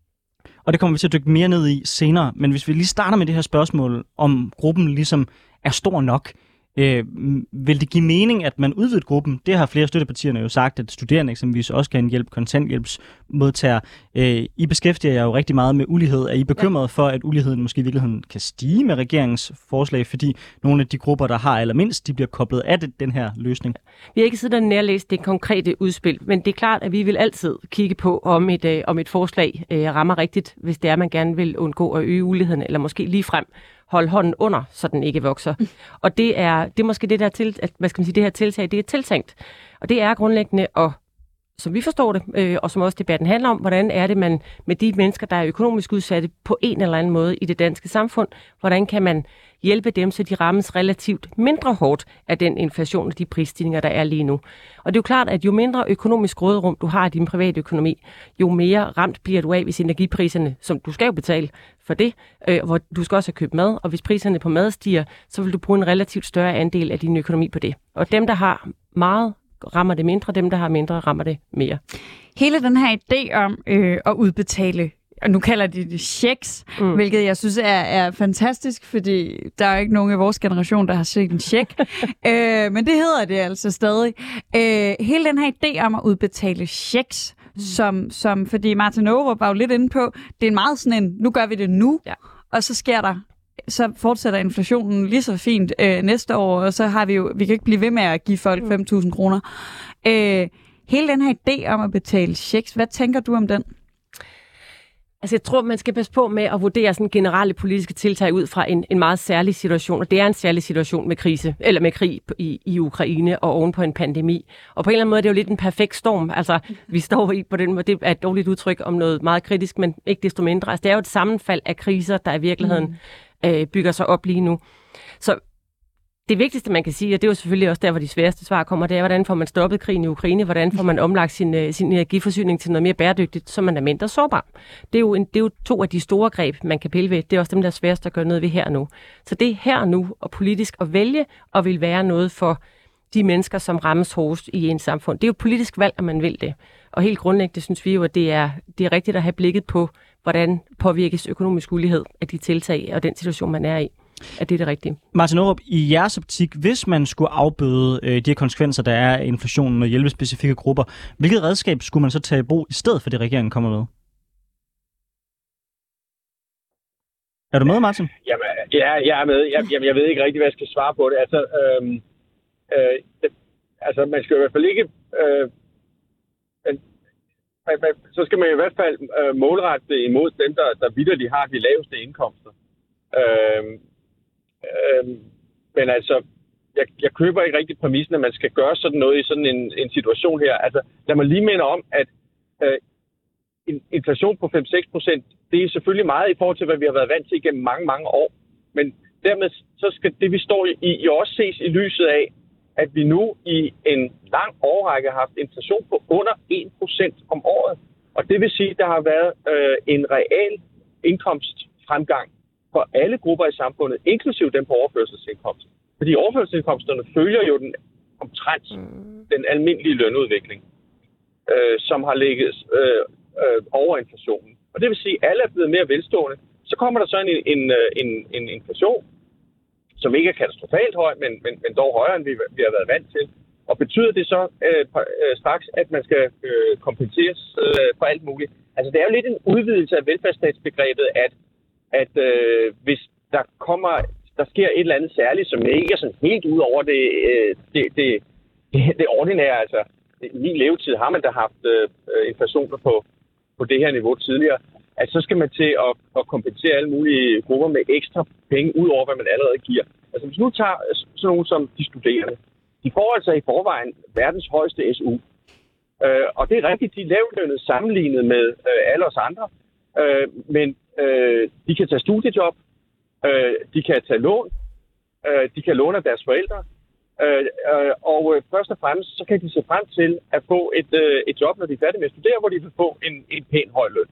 Og det kommer vi til at dykke mere ned i senere. Men hvis vi lige starter med det her spørgsmål, om gruppen ligesom er stor nok, øh, vil det give mening, at man udvider gruppen? Det har flere støttepartierne jo sagt, at studerende eksempelvis også kan hjælpe kontanthjælpsmodtagere. Øh, I beskæftiger jer jo rigtig meget med ulighed. Er I bekymret ja. for, at uligheden måske i virkeligheden kan stige med regeringens forslag, fordi nogle af de grupper, der har allermindst, de bliver koblet af den her løsning? Vi har ikke siddet og nærlæst det konkrete udspil, men det er klart, at vi vil altid kigge på, om et, øh, om et forslag øh, rammer rigtigt, hvis det er, man gerne vil undgå at øge uligheden, eller måske ligefrem holde hånden under, så den ikke vokser. Mm. Og det er, det er måske det der til, at, hvad skal man sige, det her tiltag, det er tiltænkt. Og det er grundlæggende, og som vi forstår det, øh, og som også debatten handler om, hvordan er det, man med de mennesker, der er økonomisk udsatte på en eller anden måde i det danske samfund, hvordan kan man hjælpe dem, så de rammes relativt mindre hårdt af den inflation og de prisstigninger, der er lige nu. Og det er jo klart, at jo mindre økonomisk råderum du har i din private økonomi, jo mere ramt bliver du af, hvis energipriserne, som du skal jo betale for det, øh, hvor du skal også have købt mad, og hvis priserne på mad stiger, så vil du bruge en relativt større andel af din økonomi på det. Og dem, der har meget, rammer det mindre, dem, der har mindre, rammer det mere. Hele den her idé om øh, at udbetale, og nu kalder de det checks, mm. hvilket jeg synes er, er fantastisk, fordi der er ikke nogen af vores generation, der har set en check. øh, men det hedder det altså stadig. Øh, hele den her idé om at udbetale checks, mm. som, som, fordi Martin Aarup var jo lidt inde på, det er meget sådan en, nu gør vi det nu, ja. og så sker der så fortsætter inflationen lige så fint øh, næste år, og så har vi jo, vi kan ikke blive ved med at give folk fem tusind kroner. Øh, hele den her idé om at betale checks, hvad tænker du om den? Altså jeg tror, man skal passe på med at vurdere sådan generelle politiske tiltag ud fra en, en meget særlig situation, og det er en særlig situation med krise, eller med krig i, i Ukraine og oven på en pandemi. Og på en eller anden måde, det er jo lidt en perfekt storm. Altså vi står i på den måde, det er et dårligt udtryk om noget meget kritisk, men ikke desto mindre. Altså det er jo et sammenfald af kriser, der i virkeligheden mm. øh, bygger sig op lige nu. Så det vigtigste, man kan sige, og det er jo selvfølgelig også der, hvor de sværeste svar kommer, det er, hvordan får man stoppet krigen i Ukraine, hvordan får man omlagt sin, sin energiforsyning til noget mere bæredygtigt, så man er mindre sårbar. Det er, jo en, det er jo to af de store greb, man kan pille ved. Det er også dem, der er sværest at gøre noget ved her og nu. Så det er her og nu, og politisk at vælge, og vil være noget for de mennesker, som rammes hårdest i en samfund. Det er jo et politisk valg, at man vil det. Og helt grundlæggende synes vi jo, at det er, det er rigtigt at have blikket på, hvordan påvirkes økonomisk ulighed af de tiltag og den situation, man er i. At det er det rigtige. Martin Aarup, i jeres optik, hvis man skulle afbøde øh, de her konsekvenser, der er af inflationen og hjælpe specifikke grupper, hvilket redskab skulle man så tage i brug i stedet for det, regeringen kommer med? Er du med, Martin? Jamen, ja, jeg er med. Jeg, jamen, jeg ved ikke rigtig, hvad jeg skal svare på det. Altså, øhm, øh, det, altså man skal i hvert fald ikke... Øh, men, man, så skal man i hvert fald øh, målrette det imod dem, der, der vitterligt har de laveste indkomster. Øhm, øhm, men altså, jeg, jeg køber ikke rigtig præmissen, at man skal gøre sådan noget i sådan en, en situation her. Altså, lad mig lige minde om, at øh, en inflation på fem til seks procent, det er selvfølgelig meget i forhold til, hvad vi har været vant til igennem mange, mange år. Men dermed så skal det, vi står i, i også ses i lyset af, at vi nu i en lang årrække har haft inflation på under en procent om året. Og det vil sige, at der har været øh, en reel indkomstfremgang for alle grupper i samfundet, inklusive dem på overførselsindkomst. Fordi overførselsindkomsterne følger jo den omtrent mm. den almindelige lønudvikling, øh, som har ligget øh, øh, over inflationen. Og det vil sige, at alle er blevet mere velstående. Så kommer der så en, en, en, en inflation, som ikke er katastrofalt høj, men, men, men dog højere, end vi, vi har været vant til. Og betyder det så øh, øh, straks, at man skal øh, kompenseres øh, for alt muligt? Altså, det er jo lidt en udvidelse af velfærdsstatsbegrebet, at, at øh, hvis der kommer, der sker et eller andet særligt, som ikke er sådan helt ud over det, øh, det, det, det, det ordinære. Altså, i min levetid har man da haft øh, inflationer på, på det her niveau tidligere. At så skal man til at, at kompensere alle mulige grupper med ekstra penge, ud over hvad man allerede giver. Altså, hvis nu tager sådan nogle som de studerende, de får altså i forvejen verdens højeste S U. Øh, og det er rigtigt, de er lavtlønnet sammenlignet med øh, alle os andre. Øh, men øh, de kan tage studiejob, øh, de kan tage lån, øh, de kan låne af deres forældre. Øh, øh, og øh, først og fremmest, så kan de se frem til at få et, øh, et job, når de er færdige med at studere, hvor de vil få en, en pæn høj løn.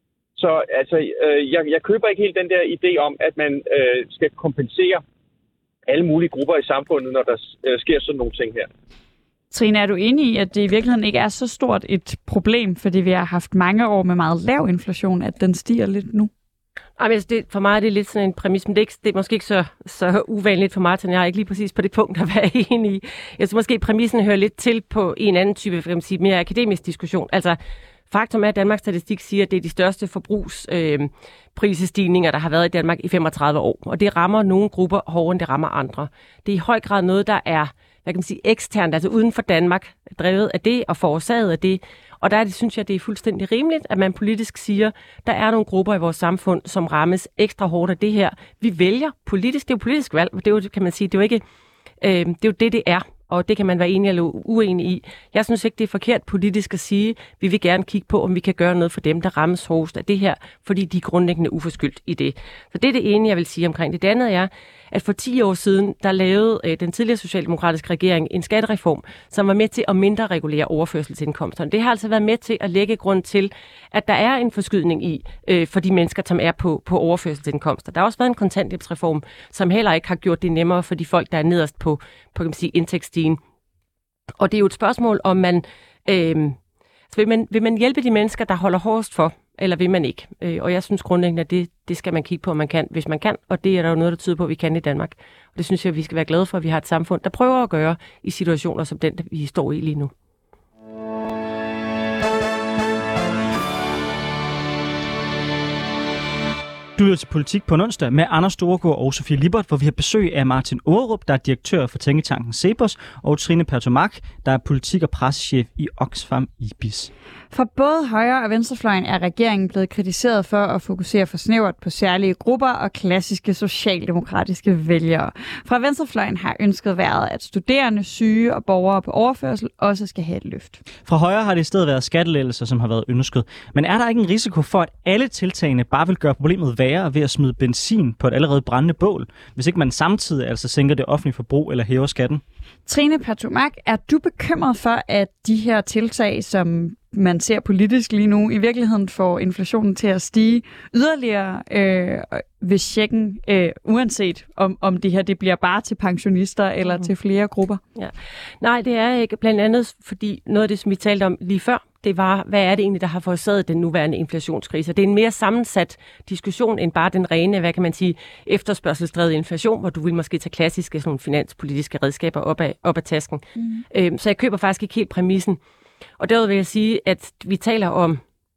Så altså, øh, jeg, jeg køber ikke helt den der idé om, at man øh, skal kompensere alle mulige grupper i samfundet, når der øh, sker sådan nogle ting her. Trine, er du enig i, at det i virkeligheden ikke er så stort et problem, fordi vi har haft mange år med meget lav inflation, at den stiger lidt nu? Jamen, altså det, for mig er det lidt sådan en præmis, men det er, ikke, det er måske ikke så, så uvanligt for Martin. Jeg er ikke lige præcis på det punkt at være enig i. Jeg synes måske, at præmissen hører lidt til på en anden type, kan man sige, mere akademisk diskussion. Altså, faktum er, at Danmarks Statistik siger, at det er de største forbrugsprisestigninger, øh, der har været i Danmark i femogtredive år. Og det rammer nogle grupper hårdere, end det rammer andre. Det er i høj grad noget, der er, hvad kan man sige, eksternt, altså uden for Danmark, drevet af det og forårsaget af det. Og der er det, synes jeg, det er fuldstændig rimeligt, at man politisk siger, der er nogle grupper i vores samfund, som rammes ekstra hårdt af det her. Vi vælger politisk, det er jo politisk valg, og det er jo, kan man sige, det er jo ikke, øh, det er jo det, det er. Og det kan man være enig eller uenig i. Jeg synes ikke, det er forkert politisk at sige, at vi vil gerne kigge på, om vi kan gøre noget for dem, der rammes hårdest af det her, fordi de er grundlæggende uforskyldt i det. Så det er det ene, jeg vil sige omkring det. Det andet er, at for ti år siden, der lavede øh, den tidligere socialdemokratiske regering en skattereform, som var med til at mindre regulere overførselsindkomsterne. Det har altså været med til at lægge grund til, at der er en forskydning i øh, for de mennesker, som er på, på overførselsindkomster. Der har også været en kontanthjælpsreform, som heller ikke har gjort det nemmere for de folk, der er nederst på, på kan man sige, indtægtsstigen. Og det er jo et spørgsmål, om man, øh, vil man vil man hjælpe de mennesker, der holder hårdest for, eller vil man ikke? Øh, og jeg synes grundlæggende, at det, det skal man kigge på, om man kan, hvis man kan. Og det er der jo noget, der tyder på, at vi kan i Danmark. Og det synes jeg, at vi skal være glade for, at vi har et samfund, der prøver at gøre i situationer som den, vi står i lige nu. Du lytter til Politik på en onsdag med Anders Storgård og Sofie Lippert, hvor vi har besøg af Martin Aarup, der er direktør for tænketanken CEPOS, og Trine Pertou-Mach, der er politik- og pressechef i Oxfam IBIS. For både højre- og venstrefløjen er regeringen blevet kritiseret for at fokusere for snævert på særlige grupper og klassiske socialdemokratiske vælgere. Fra venstrefløjen har ønsket været, at studerende, syge og borgere på overførsel også skal have et løft. Fra højre har det i stedet været skattelettelser, som har været ønsket. Men er der ikke en risiko for, at alle tiltagene bare vil gøre problemet værre ved at smide benzin på et allerede brændende bål, hvis ikke man samtidig altså sænker det offentlige forbrug eller hæver skatten? Trine Pertou-Mach, er du bekymret for, at de her tiltag, som man ser politisk lige nu, i virkeligheden får inflationen til at stige yderligere øh, ved checken, øh, uanset om, om det her det bliver bare til pensionister eller mm. til flere grupper? Ja. Nej, det er ikke. Blandt andet, fordi noget af det, som vi talte om lige før, det var, hvad er det egentlig, der har forårsaget den nuværende inflationskrise? Det er en mere sammensat diskussion end bare den rene, hvad kan man sige, efterspørgselsdrevet inflation, hvor du vil måske tage klassiske sådan nogle finanspolitiske redskaber op af, op af tasken. Mm. Øhm, så jeg køber faktisk ikke helt præmissen. Og derudover vil jeg sige, at vi taler om,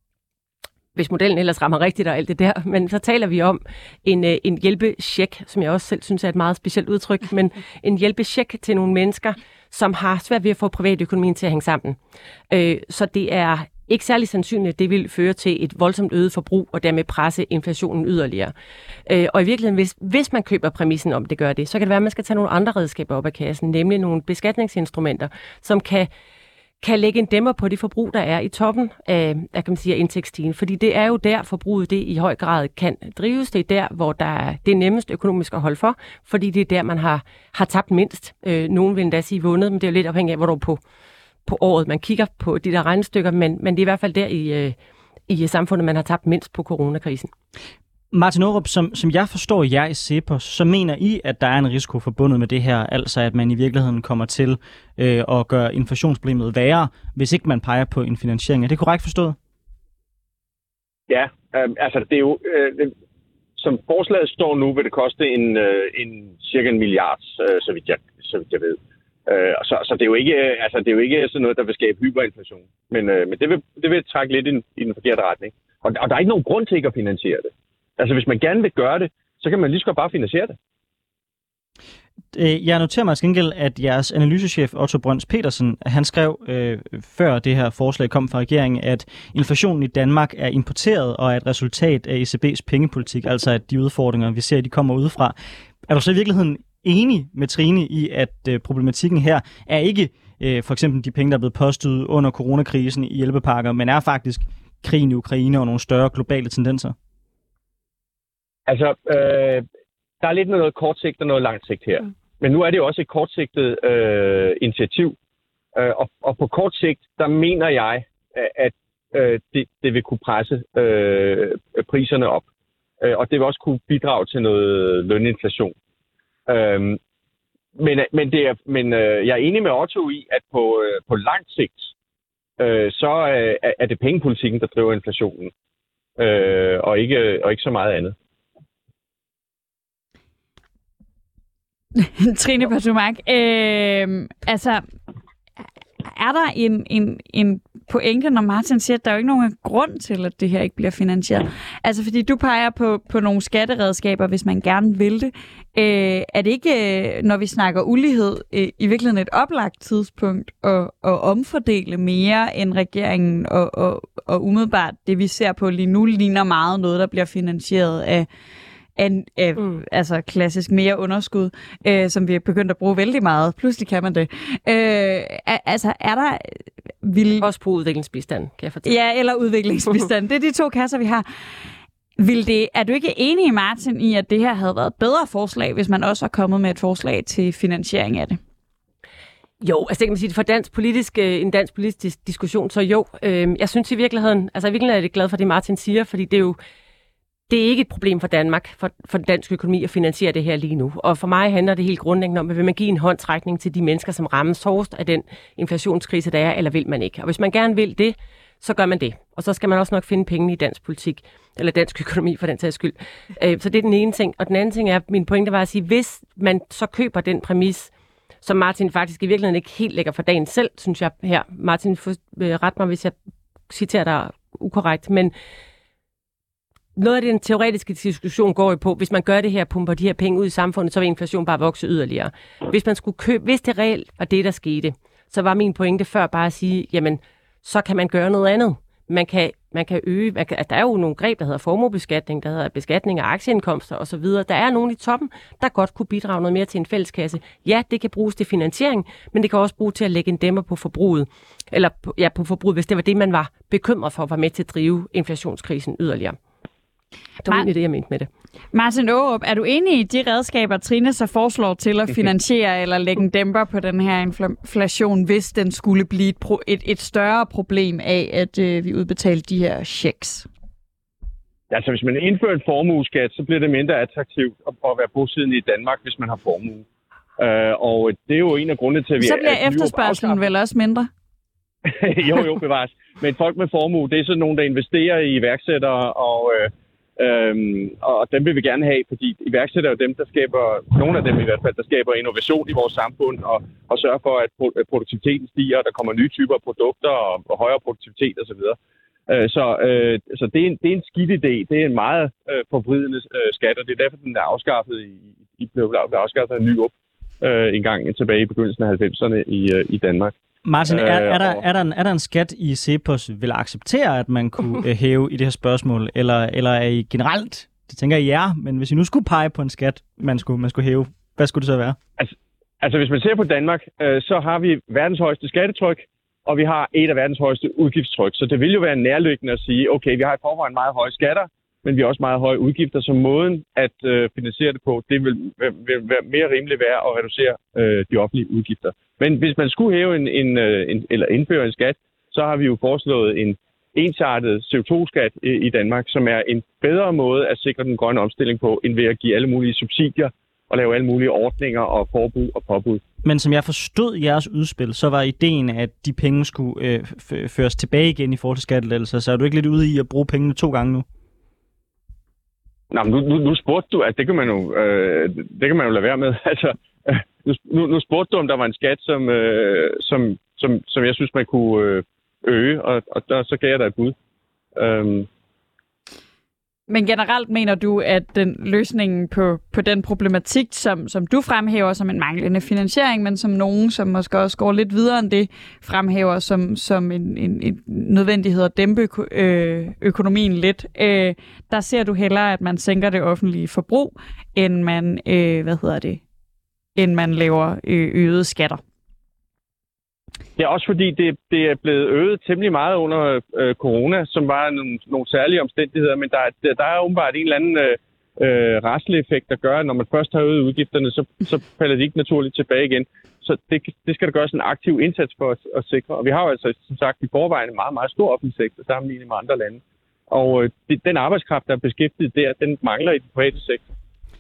hvis modellen ellers rammer rigtigt og alt det der, men så taler vi om en, en hjælpecheck, som jeg også selv synes er et meget specielt udtryk, men en hjælpecheck til nogle mennesker, som har svært ved at få privatøkonomien til at hænge sammen. Øh, så det er ikke særlig sandsynligt, at det vil føre til et voldsomt øget forbrug og dermed presse inflationen yderligere. Øh, og i virkeligheden, hvis, hvis man køber præmissen om, det gør det, så kan det være, at man skal tage nogle andre redskaber op af kassen, nemlig nogle beskatningsinstrumenter, som kan kan lægge en dæmmer på det forbrug, der er i toppen af, af kan man sige, indtægtsstigen. Fordi det er jo der, forbruget det i høj grad kan drives. Det er der, hvor der er det nemmest økonomisk at holde for, fordi det er der, man har, har tabt mindst. Øh, nogen vil endda sige vundet, men det er jo lidt afhængigt af, hvor du på, på året man kigger på de der regnestykker, men, men det er i hvert fald der i, øh, i samfundet, man har tabt mindst på coronakrisen. Martin Aarup, som, som jeg forstår jer i CEPOS, så mener I, at der er en risiko forbundet med det her, altså at man i virkeligheden kommer til øh, at gøre inflationsproblemet værre, hvis ikke man peger på en finansiering. Er det korrekt forstået? Ja, øh, altså det er jo, øh, det, som forslaget står nu, vil det koste en, øh, en cirka en milliard, øh, så vidt jeg, så vidt jeg ved. Øh, så, så det er jo ikke, altså det er jo ikke sådan noget, der vil skabe hyperinflation, men, øh, men det vil, det vil trække lidt i den, i den forkerte retning. Og, og der er ikke nogen grund til ikke at finansiere det. Altså, hvis man gerne vil gøre det, så kan man lige så godt bare finansiere det. Jeg noterer mig gengæld, at jeres analysechef Otto Brøns Petersen, han skrev øh, før det her forslag kom fra regeringen, at inflationen i Danmark er importeret og er et resultat af E C B's pengepolitik, altså at de udfordringer, vi ser, de kommer udefra. Er du så i virkeligheden enig med Trine i, at øh, problematikken her er ikke øh, for eksempel de penge, der er blevet påstået under coronakrisen i hjælpepakker, men er faktisk krigen i Ukraine og nogle større globale tendenser? Altså, øh, der er lidt noget kortsigt og noget langt sigt her. Mm. Men nu er det jo også et kortsigtet øh, initiativ. Øh, og, og på kort sigt, der mener jeg, at øh, det, det vil kunne presse øh, priserne op. Øh, og det vil også kunne bidrage til noget løninflation. Øh, men men, det er, men øh, jeg er enig med Otto i, at på, øh, på langt sigt, øh, så øh, er det pengepolitikken, der driver inflationen. Øh, og, ikke, og ikke så meget andet. Trine Pertou-Mach, øh, altså, er der en, en, en pointe, når Martin siger, at der er jo ikke nogen grund til, at det her ikke bliver finansieret? Altså, fordi du peger på, på nogle skatteredskaber, hvis man gerne vil det. Øh, er det ikke, når vi snakker ulighed, øh, i virkeligheden et oplagt tidspunkt at, at omfordele mere end regeringen, og, og, og umiddelbart det, vi ser på lige nu, ligner meget noget, der bliver finansieret af En, øh, mm. altså klassisk mere underskud, øh, som vi er begyndt at bruge vældig meget. Pludselig kan man det. Øh, altså, er der... Vil... Også på udviklingsbistand, kan jeg fortælle. Ja, eller udviklingsbistand. Det er de to kasser, vi har. Vil det, er du ikke enig, Martin, i, at det her havde været et bedre forslag, hvis man også har kommet med et forslag til finansiering af det? Jo, altså det kan man sige, for dansk politisk, en dansk politisk diskussion, så jo. Øh, jeg synes i virkeligheden, altså i virkeligheden er jeg glad for det, Martin siger, fordi det er jo Det er ikke et problem for Danmark, for, for dansk økonomi at finansiere det her lige nu. Og for mig handler det helt grundlæggende om, at vil man give en håndtrækning til de mennesker, som rammes hårdest af den inflationskrise, der er, eller vil man ikke? Og hvis man gerne vil det, så gør man det. Og så skal man også nok finde penge i dansk politik, eller dansk økonomi for den sags skyld. Så det er den ene ting. Og den anden ting er, min pointe var at sige, hvis man så køber den præmis, som Martin faktisk i virkeligheden ikke helt lægger for dagen selv, synes jeg her. Martin, ret mig, hvis jeg citerer dig ukorrekt, men noget af den teoretiske diskussion går jo på, hvis man gør det her, pumper de her penge ud i samfundet, så vil inflation bare vokse yderligere. Hvis man skulle købe, hvis det reelt var det, der skete, så var min pointe før bare at sige, jamen, så kan man gøre noget andet. Man kan, man kan øge, man kan, der er jo nogle greb, der hedder formuebeskatning, der hedder beskatning af aktieindkomster osv. Der er nogen i toppen, der godt kunne bidrage noget mere til en fælleskasse. Ja, det kan bruges til finansiering, men det kan også bruges til at lægge en dæmmer på forbruget. Eller på, ja, på forbruget, hvis det var det, man var bekymret for, var med til at drive inflationskrisen yderligere. Det var egentlig det, jeg mente med det. Martin Aarup, er du enig i de redskaber, Trine så foreslår til at finansiere eller lægge en dæmper på den her inflation, hvis den skulle blive et, pro- et, et større problem af, at øh, vi udbetaler de her checks? Altså, hvis man indfører en formueskat, så bliver det mindre attraktivt at, at være bosiddende i Danmark, hvis man har formue. Uh, og det er jo en af grundene til, at vi... Så bliver efterspørgselen vel også mindre? jo, jo, bevares. Men folk med formue, det er sådan nogen, der investerer i iværksættere, og, øh, øh, og dem vil vi gerne have, fordi iværksættere er dem, der skaber, nogle af dem i hvert fald, der skaber innovation i vores samfund, og, og sørger for, at produktiviteten stiger, og der kommer nye typer produkter, og, og højere produktivitet osv. Øh, så øh, så det, er en, det er en skidt idé. Det er en meget øh, forvridende øh, skat, og det er derfor, den er afskaffet i, i blev afskaffet af en ny op øh, en gang tilbage i begyndelsen af halvfemserne i, øh, i Danmark. Martin, er, er, der, er, der en, er der en skat, I CEPOS vil acceptere, at man kunne øh, hæve i det her spørgsmål? Eller, eller er I generelt, det tænker I ja, men hvis I nu skulle pege på en skat, man skulle, man skulle hæve, hvad skulle det så være? Altså, altså hvis man ser på Danmark, øh, så har vi verdens højeste skattetryk, og vi har et af verdens højeste udgiftstryk. Så det vil jo være nærliggende at sige, okay, vi har i forvejen meget høje skatter, men vi har også meget høje udgifter, så måden at øh, finansiere det på, det vil, vil være mere rimeligt være at reducere øh, de offentlige udgifter. Men hvis man skulle hæve en, en, en, eller indføre en skat, så har vi jo foreslået en, ensartet C O to skat i, i Danmark, som er en bedre måde at sikre den grønne omstilling på, end ved at give alle mulige subsidier og lave alle mulige ordninger og forbud og påbud. Men som jeg forstod jeres udspil, så var ideen, at de penge skulle øh, f- føres tilbage igen i forhold til skattelettelser. Så er du ikke lidt ude i at bruge pengene to gange nu? Nå, men nu, nu, nu spurgte du, at det kan man jo, øh, det kan man jo lade være med. Altså, øh, nu, nu spurgte du, om der var en skat, som, øh, som, som, som jeg synes, man kunne øh, øge, og, og der, så gav jeg dig et bud. Øhm. Men generelt mener du, at den løsningen på, på den problematik, som, som du fremhæver som en manglende finansiering, men som nogen, som måske også går lidt videre end det, fremhæver som, som en, en, en nødvendighed at dæmpe øko, øh, økonomien lidt, øh, der ser du hellere, at man sænker det offentlige forbrug, end man, øh, hvad hedder det, end man laver øh, øgede skatter. Ja, også fordi det, det er blevet øget temmelig meget under øh, corona, som var nogle, nogle særlige omstændigheder, men der, der, der er åbenbart en eller anden øh, øh, rasleeffekt, der gør, at når man først har øget udgifterne, så, så falder de ikke naturligt tilbage igen. Så det, det skal der gøres en aktiv indsats for at, at sikre. Og vi har jo altså, som sagt, i forvejen en meget, meget stor offentlig sektor sammenlignet med andre lande. Og øh, det, den arbejdskraft, der er beskæftiget der, den mangler i den private sektor.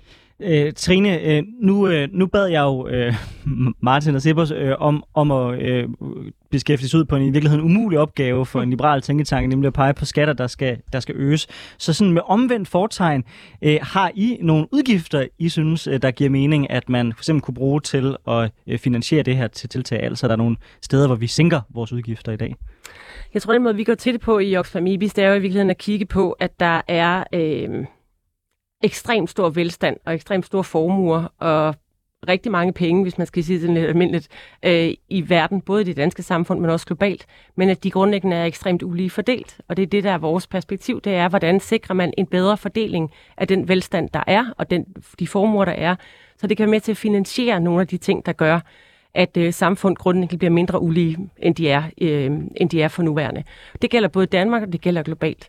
Øh, Trine, øh, nu, øh, nu bad jeg jo øh, Martin og Cepos øh, om, om at øh, beskæftige sig ud på en i virkeligheden umulig opgave for en liberal tænketank, nemlig at pege på skatter, der skal, der skal øges. Så sådan med omvendt fortegn, øh, har I nogle udgifter, I synes, der giver mening, at man for eksempel kunne bruge til at øh, finansiere det her til tiltag? Altså er der nogle steder, hvor vi sænker vores udgifter i dag? Jeg tror, den måde, vi går til det på i Oxfam IBIS, det er jo i virkeligheden at kigge på, at der er øh, ekstremt stor velstand og ekstremt store formuer og rigtig mange penge, hvis man skal sige det lidt almindeligt, øh, i verden, både i det danske samfund, men også globalt, men at de grundlæggende er ekstremt ulige fordelt. Og det er det, der er vores perspektiv, det er, hvordan sikrer man en bedre fordeling af den velstand, der er, og den, de formuer, der er, så det kan være med til at finansiere nogle af de ting, der gør, at øh, samfund grundlæggende bliver mindre ulige, end de er, øh, end de er for nuværende. Det gælder både Danmark, og det gælder globalt.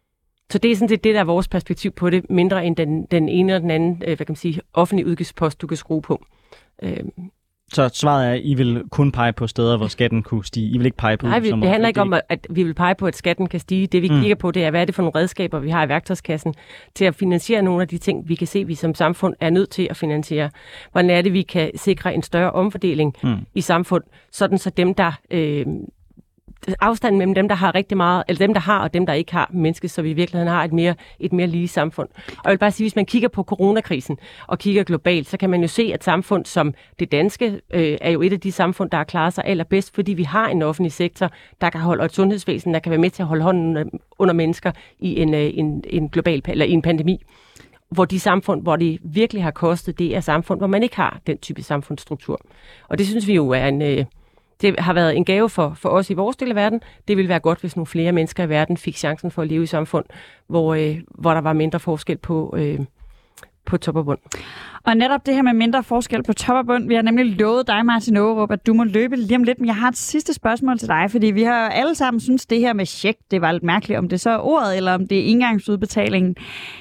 Så det er sådan set det, der er vores perspektiv på det, mindre end den, den ene eller den anden øh, hvad kan man sige, offentlige udgiftspost, du kan skrue på. Øh. Så svaret er, at I vil kun pege på steder, hvor skatten kunne stige? I vil ikke pege på... Nej, vi, det handler ikke om, at vi vil pege på, at skatten kan stige. Det vi mm. kigger på, det er, hvad er det for nogle redskaber, vi har i værktøjskassen til at finansiere nogle af de ting, vi kan se, vi som samfund er nødt til at finansiere. Hvordan er det, vi kan sikre en større omfordeling mm. i samfund, sådan så dem, der... Øh, afstanden mellem dem, der har rigtig meget, eller dem, der har, og dem, der ikke har menneske, så vi i virkeligheden har et mere, et mere lige samfund. Og jeg vil bare sige, hvis man kigger på coronakrisen og kigger globalt, så kan man jo se, at samfund som det danske øh, er jo et af de samfund, der har klaret sig allerbedst, fordi vi har en offentlig sektor, der kan holde, og et sundhedsvæsen, der kan være med til at holde hånden under, under mennesker i en, øh, en, en global, eller i en pandemi. Hvor de samfund, hvor det virkelig har kostet, det er samfund, hvor man ikke har den type samfundsstruktur. Og det synes vi jo er en... Øh, Det har været en gave for, for os i vores del af verden. Det ville være godt, hvis nogle flere mennesker i verden fik chancen for at leve i samfund, hvor, øh, hvor der var mindre forskel på, øh, på top og bund. Og netop det her med mindre forskel på top og bund, vi har nemlig lovet dig, Martin Aarup, at du må løbe lige om lidt, men jeg har et sidste spørgsmål til dig, fordi vi har alle sammen synes det her med check, det var lidt mærkeligt, om det så er ordet, eller om det er engangsudbetalingen.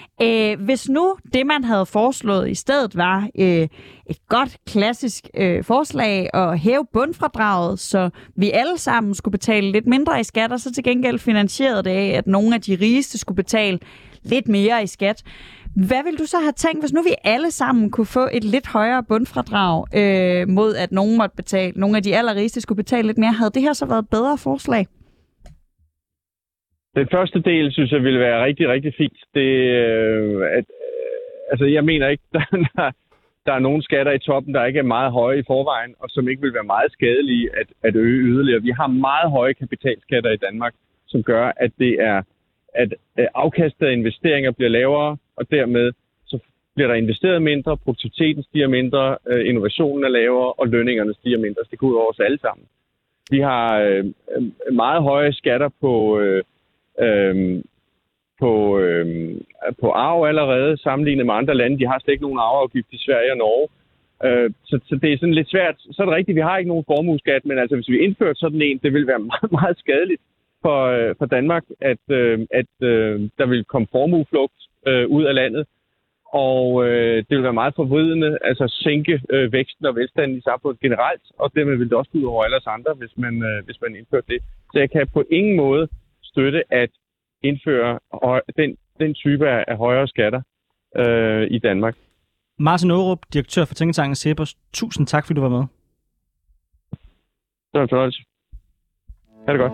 Æh, hvis nu det, man havde foreslået i stedet, var øh, et godt klassisk øh, forslag at hæve bundfradraget, så vi alle sammen skulle betale lidt mindre i skat, og så til gengæld finansieret det af, at nogle af de rigeste skulle betale lidt mere i skat. Hvad vil du så have tænkt, hvis nu vi alle sammen kunne få et lidt højere bundfradrag, øh, mod at nogen måtte betale, nogle af de allerrigeste skulle betale lidt mere? Havde det her så været et bedre forslag? Den første del, synes jeg, ville være rigtig, rigtig fint. Det, øh, at, øh, altså, jeg mener ikke, der, der, der er nogen skatter i toppen, der ikke er meget høje i forvejen, og som ikke vil være meget skadelige at, at øge yderligere. Vi har meget høje kapitalskatter i Danmark, som gør, at det er, at afkastet af investeringer bliver lavere, og dermed så bliver der investeret mindre, produktiviteten stiger mindre, øh, innovationen er lavere, og lønningerne stiger mindre. Så det går ud over os alle sammen. Vi har øh, meget høje skatter på... Øh, Øhm, på, øhm, på arv allerede, sammenlignet med andre lande. De har slet ikke nogen arveafgift i Sverige og Norge. Øh, så, så det er sådan lidt svært. Så er det rigtigt, vi har ikke nogen formueskat, men altså hvis vi indførte sådan en, det ville være meget, meget skadeligt for, øh, for Danmark, at, øh, at øh, der vil komme formueflugt øh, ud af landet. Og øh, det vil være meget forvridende, altså sænke øh, væksten og velstanden i samfundet generelt, og dermed vil det også gå ud over alle os andre, hvis man, øh, hvis man indførte det. Så jeg kan på ingen måde støtte at indføre høj, den, den type af, af højere skatter øh, i Danmark. Martin Aarup, direktør for Tænketanken CEPOS. Tusind tak, fordi du var med. Det var en fornøjelse. Ha' det godt.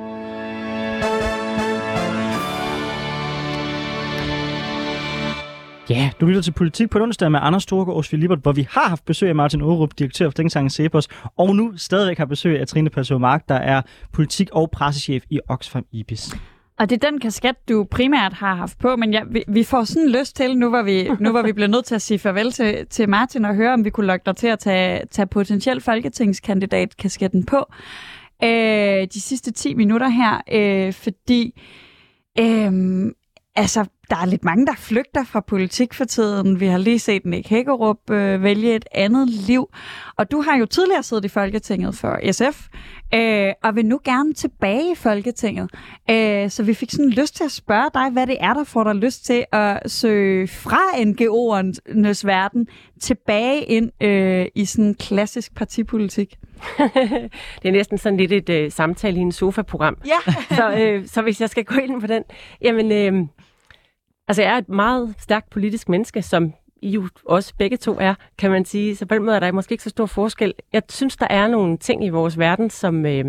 Ja, du lytter til Politik på onsdag med Anders Storgård og Sofie Lippert, hvor vi har haft besøg af Martin Aarup, direktør for Tænketanken CEPOS, og nu stadigvæk har besøg af Trine Pertou Mach, der er politik- og pressechef i Oxfam IBIS. Og det er den kasket, du primært har haft på, men ja, vi, vi får sådan lyst til, nu var vi, nu var vi blevet nødt til at sige farvel til, til Martin og høre, om vi kunne lokke dig til at tage, tage potentiel folketingskandidat-kasketten på øh, de sidste ti minutter her, øh, fordi øh, altså, der er lidt mange, der flygter fra politik for tiden. Vi har lige set Nick Hækkerup øh, vælge et andet liv. Og du har jo tidligere siddet i Folketinget for S F, øh, og vil nu gerne tilbage i Folketinget. Øh, så vi fik sådan lyst til at spørge dig, hvad det er, der får dig lyst til at søge fra N G O'ernes verden tilbage ind øh, i sådan klassisk partipolitik. Det er næsten sådan lidt et øh, samtale i en sofa-program. Ja. så, øh, så hvis jeg skal gå ind på den, jamen... Øh, Altså, jeg er et meget stærkt politisk menneske, som I jo også begge to er, kan man sige. Så på den måde er der måske ikke så stor forskel. Jeg synes, der er nogle ting i vores verden, som, øh,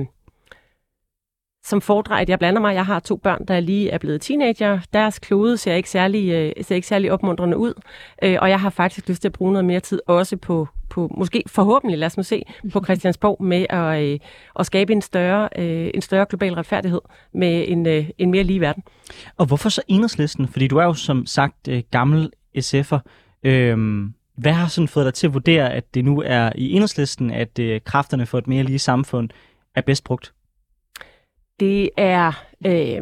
som fordrer, at jeg blander mig. Jeg har to børn, der lige er blevet teenager. Deres klode ser ikke særlig, øh, ser ikke særlig opmuntrende ud. Øh, og jeg har faktisk lyst til at bruge noget mere tid også på, på måske forhåbentlig, lad os nu se, på Christiansborg med at, øh, at skabe en større, øh, en større global retfærdighed med en, øh, en mere lige verden. Og hvorfor så Enhedslisten? Fordi du er jo som sagt øh, gammel S F'er. Øhm, hvad har sådan fået dig til at vurdere, at det nu er i Enhedslisten, at øh, kræfterne for et mere lige samfund er bedst brugt? Det er... Øh,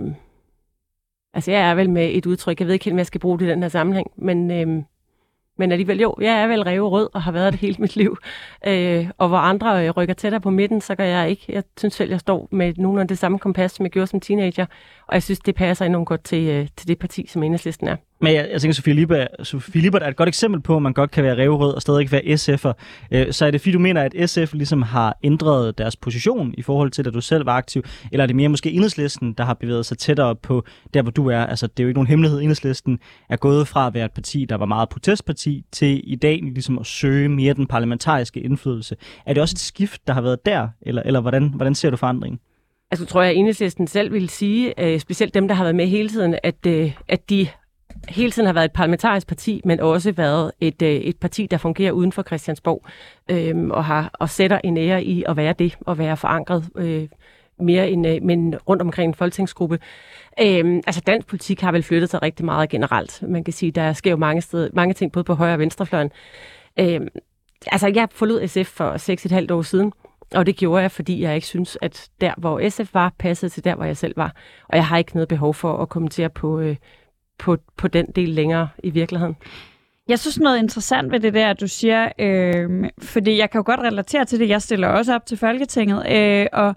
altså, jeg er vel med et udtryk. Jeg ved ikke helt, om jeg skal bruge det i den her sammenhæng, men... Øh, Men alligevel jo, jeg er vel ræverød og har været det hele mit liv. Øh, og hvor andre øh, rykker tættere på midten, så gør jeg ikke. Jeg synes selv, jeg står med nogenlunde det samme kompas, som jeg gjorde som teenager. Og jeg synes, det passer enormt godt til, øh, til det parti, som Enhedslisten er. Men jeg, jeg tænker, Sofie Lippert, Sofie Lippert er et godt eksempel på, at man godt kan være ræverød og stadig være S F'er. Øh, så er det fordi, du mener, at S F ligesom har ændret deres position i forhold til, da du selv var aktiv? Eller er det mere måske Enhedslisten, der har bevæget sig tættere på der, hvor du er? Altså, det er jo ikke nogen hemmelighed. Enhedslisten er gået fra at være et parti, der var meget protestparti, til i dag ligesom at søge mere den parlamentariske indflydelse. Er det også et skift, der har været der? Eller, eller hvordan, hvordan ser du forandringen? Altså, tror jeg, at Enhedslisten selv vil sige, øh, specielt dem, der har været med hele tiden, at, øh, at de hele tiden har været et parlamentarisk parti, men også været et, øh, et parti, der fungerer uden for Christiansborg, øh, og, har, og sætter en ære i at være det, og være forankret øh, mere end, øh, men rundt omkring en folketingsgruppe. Øh, altså, dansk politik har vel flyttet sig rigtig meget generelt. Man kan sige, der sker jo mange, steder, mange ting, både på højre og venstrefløjen. Øh, altså, jeg forlod S F for seks og et halvt år siden, og det gjorde jeg, fordi jeg ikke synes, at der, hvor S F var, passede til der, hvor jeg selv var. Og jeg har ikke noget behov for at kommentere på, øh, på, på den del længere i virkeligheden. Jeg synes noget interessant ved det der, du siger, øh, fordi jeg kan jo godt relatere til det. Jeg stiller også op til Folketinget, øh, og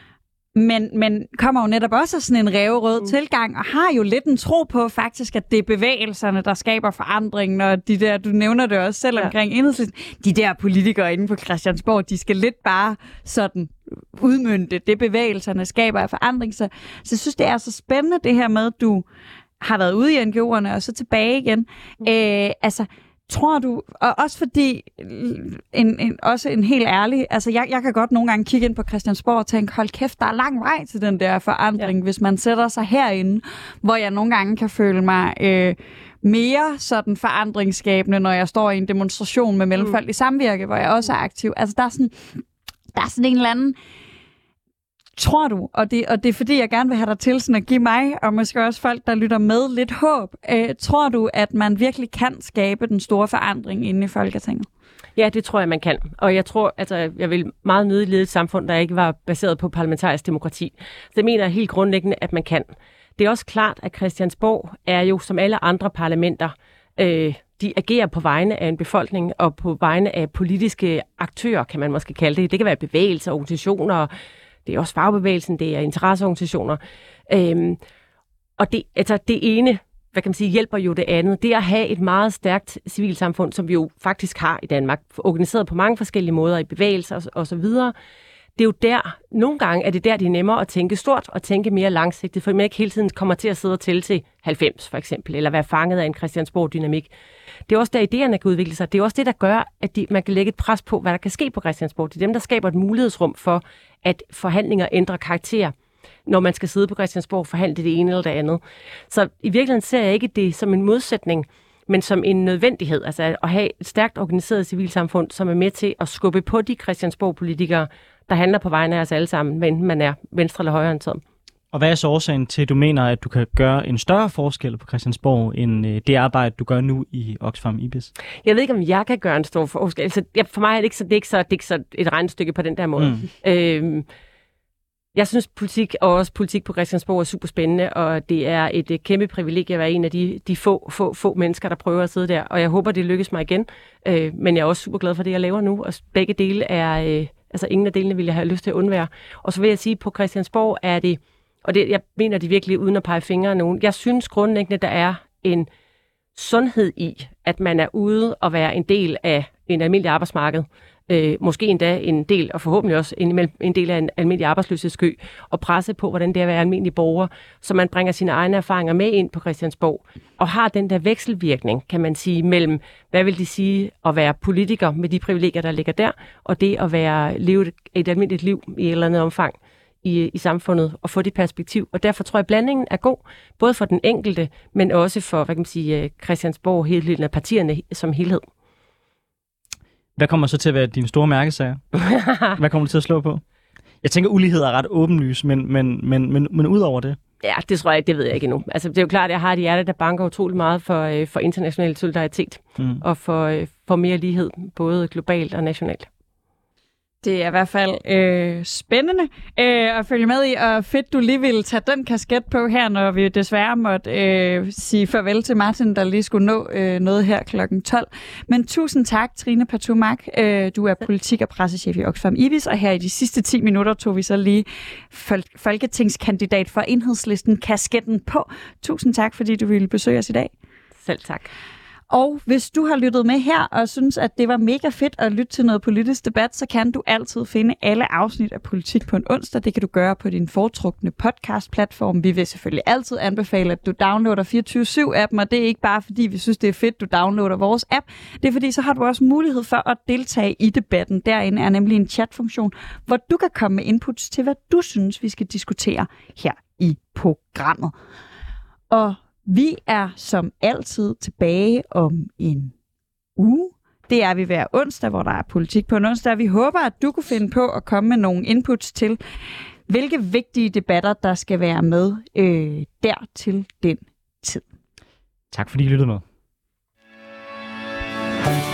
Men, men kommer jo netop også af sådan en ræverød mm. tilgang, og har jo lidt en tro på faktisk, at det er bevægelserne, der skaber forandringen, og de der, du nævner det også selv omkring ja. Enhedslisten, de der politikere inde på Christiansborg, de skal lidt bare sådan udmønte det, bevægelserne skaber af forandring. Så, så jeg synes, det er så spændende det her med, at du har været ude i N G O'erne og så tilbage igen. Mm. Øh, altså, tror du, og også fordi, en, en, også en helt ærlig, altså jeg, jeg kan godt nogle gange kigge ind på Christiansborg og tænke, hold kæft, der er lang vej til den der forandring, ja. Hvis man sætter sig herinde, hvor jeg nogle gange kan føle mig øh, mere sådan forandringsskabende, når jeg står i en demonstration med Mellemfolkelig mm. Samvirke, hvor jeg også er aktiv. Altså der er sådan, der er sådan en eller anden, tror du, og det, og det er fordi, jeg gerne vil have dig til sådan at give mig, og måske også folk, der lytter med, lidt håb. Øh, tror du, at man virkelig kan skabe den store forandring inde i Folketinget? Ja, det tror jeg, man kan. Og jeg tror, altså, jeg vil meget nødigt lede et samfund, der ikke var baseret på parlamentarisk demokrati. Så det mener jeg helt grundlæggende, at man kan. Det er også klart, at Christiansborg er jo, som alle andre parlamenter, øh, de agerer på vegne af en befolkning og på vegne af politiske aktører, kan man måske kalde det. Det kan være bevægelser, organisationer, det er også fagbevægelsen, det er interesseorganisationer. Øhm, og det, altså det ene, hvad kan man sige, hjælper jo det andet. Det at have et meget stærkt civilsamfund, som vi jo faktisk har i Danmark, organiseret på mange forskellige måder i bevægelser og, og så videre, det er jo der, nogle gange er det der, det er nemmere at tænke stort og tænke mere langsigtet, for man ikke hele tiden kommer til at sidde og tælle til halvfems for eksempel, eller være fanget af en Christiansborg-dynamik. Det er også der, idéerne kan udvikle sig. Det er også det, der gør, at de, man kan lægge et pres på, hvad der kan ske på Christiansborg. Det er dem, der skaber et mulighedsrum for, at forhandlinger ændrer karakter, når man skal sidde på Christiansborg og forhandle det ene eller det andet. Så i virkeligheden ser jeg ikke det som en modsætning, men som en nødvendighed, altså at have et stærkt organiseret civilsamfund, som er med til at skubbe på de Christiansborg-politikere, der handler på vegne af os alle sammen, men man er venstre- eller højreorienteret. Og hvad er så årsagen til, at du mener, at du kan gøre en større forskel på Christiansborg, end øh, det arbejde, du gør nu i Oxfam IBIS? Jeg ved ikke, om jeg kan gøre en stor forskel. Altså, jeg, for mig er det ikke så, det er ikke så, det er ikke så et regnestykke på den der måde. Mm. Øhm, jeg synes, politik og også politik på Christiansborg er super spændende, og det er et, et kæmpe privilegie at være en af de, de få, få, få mennesker, der prøver at sidde der. Og jeg håber, det lykkes mig igen. Øh, men jeg er også super glad for det, jeg laver nu. Og begge dele er... Øh, altså, ingen af delene vil jeg have lyst til at undvære. Og så vil jeg sige, at på Christiansborg er det... Og det, jeg mener det virkelig uden at pege fingre af nogen. Jeg synes grundlæggende, der er en sundhed i, at man er ude og være en del af en almindelig arbejdsmarked. Øh, måske endda en del, og forhåbentlig også en, en del af en almindelig arbejdsløshedskø, og presse på, hvordan det er at være almindelig borger, så man bringer sine egne erfaringer med ind på Christiansborg, og har den der vekselvirkning, kan man sige, mellem, hvad vil det sige at være politiker med de privilegier, der ligger der, og det at være leve et almindeligt liv i et eller andet omfang i, i samfundet, og få det perspektiv. Og derfor tror jeg, at blandingen er god, både for den enkelte, men også for, hvad kan man sige, Christiansborg, hele partierne som helhed. Hvad kommer så til at være dine store mærkesager? Hvad kommer du til at slå på? Jeg tænker, ulighed er ret åbenlys, men, men, men, men, men ud over det? Ja, det tror jeg, det ved jeg ikke endnu. Altså, det er jo klart, at jeg har et hjerte, der banker utrolig meget for, for international solidaritet, mm. og for, for mere lighed, både globalt og nationalt. Det er i hvert fald øh, spændende øh, at følge med i, og fedt, du lige ville tage den kasket på her, når vi desværre måtte øh, sige farvel til Martin, der lige skulle nå øh, noget her klokken tolv. Men tusind tak, Trine Pertou-Mach. Øh, du er politik- og pressechef i Oxfam IBIS, og her i de sidste ti minutter tog vi så lige fol- folketingskandidat for Enhedslisten kasketten på. Tusind tak, fordi du ville besøge os i dag. Selv tak. Og hvis du har lyttet med her og synes, at det var mega fedt at lytte til noget politisk debat, så kan du altid finde alle afsnit af Politik på en onsdag. Det kan du gøre på din foretrukne podcast-platform. Vi vil selvfølgelig altid anbefale, at du downloader fireogtyve syv-appen, og det er ikke bare fordi, vi synes, det er fedt, du downloader vores app. Det er fordi, så har du også mulighed for at deltage i debatten. Derinde er nemlig en chatfunktion, hvor du kan komme med inputs til, hvad du synes, vi skal diskutere her i programmet. Og vi er som altid tilbage om en uge. Det er vi hver onsdag, hvor der er politik på en onsdag. Vi håber, at du kunne finde på at komme med nogle inputs til, hvilke vigtige debatter, der skal være med øh, der til den tid. Tak fordi I lyttede med.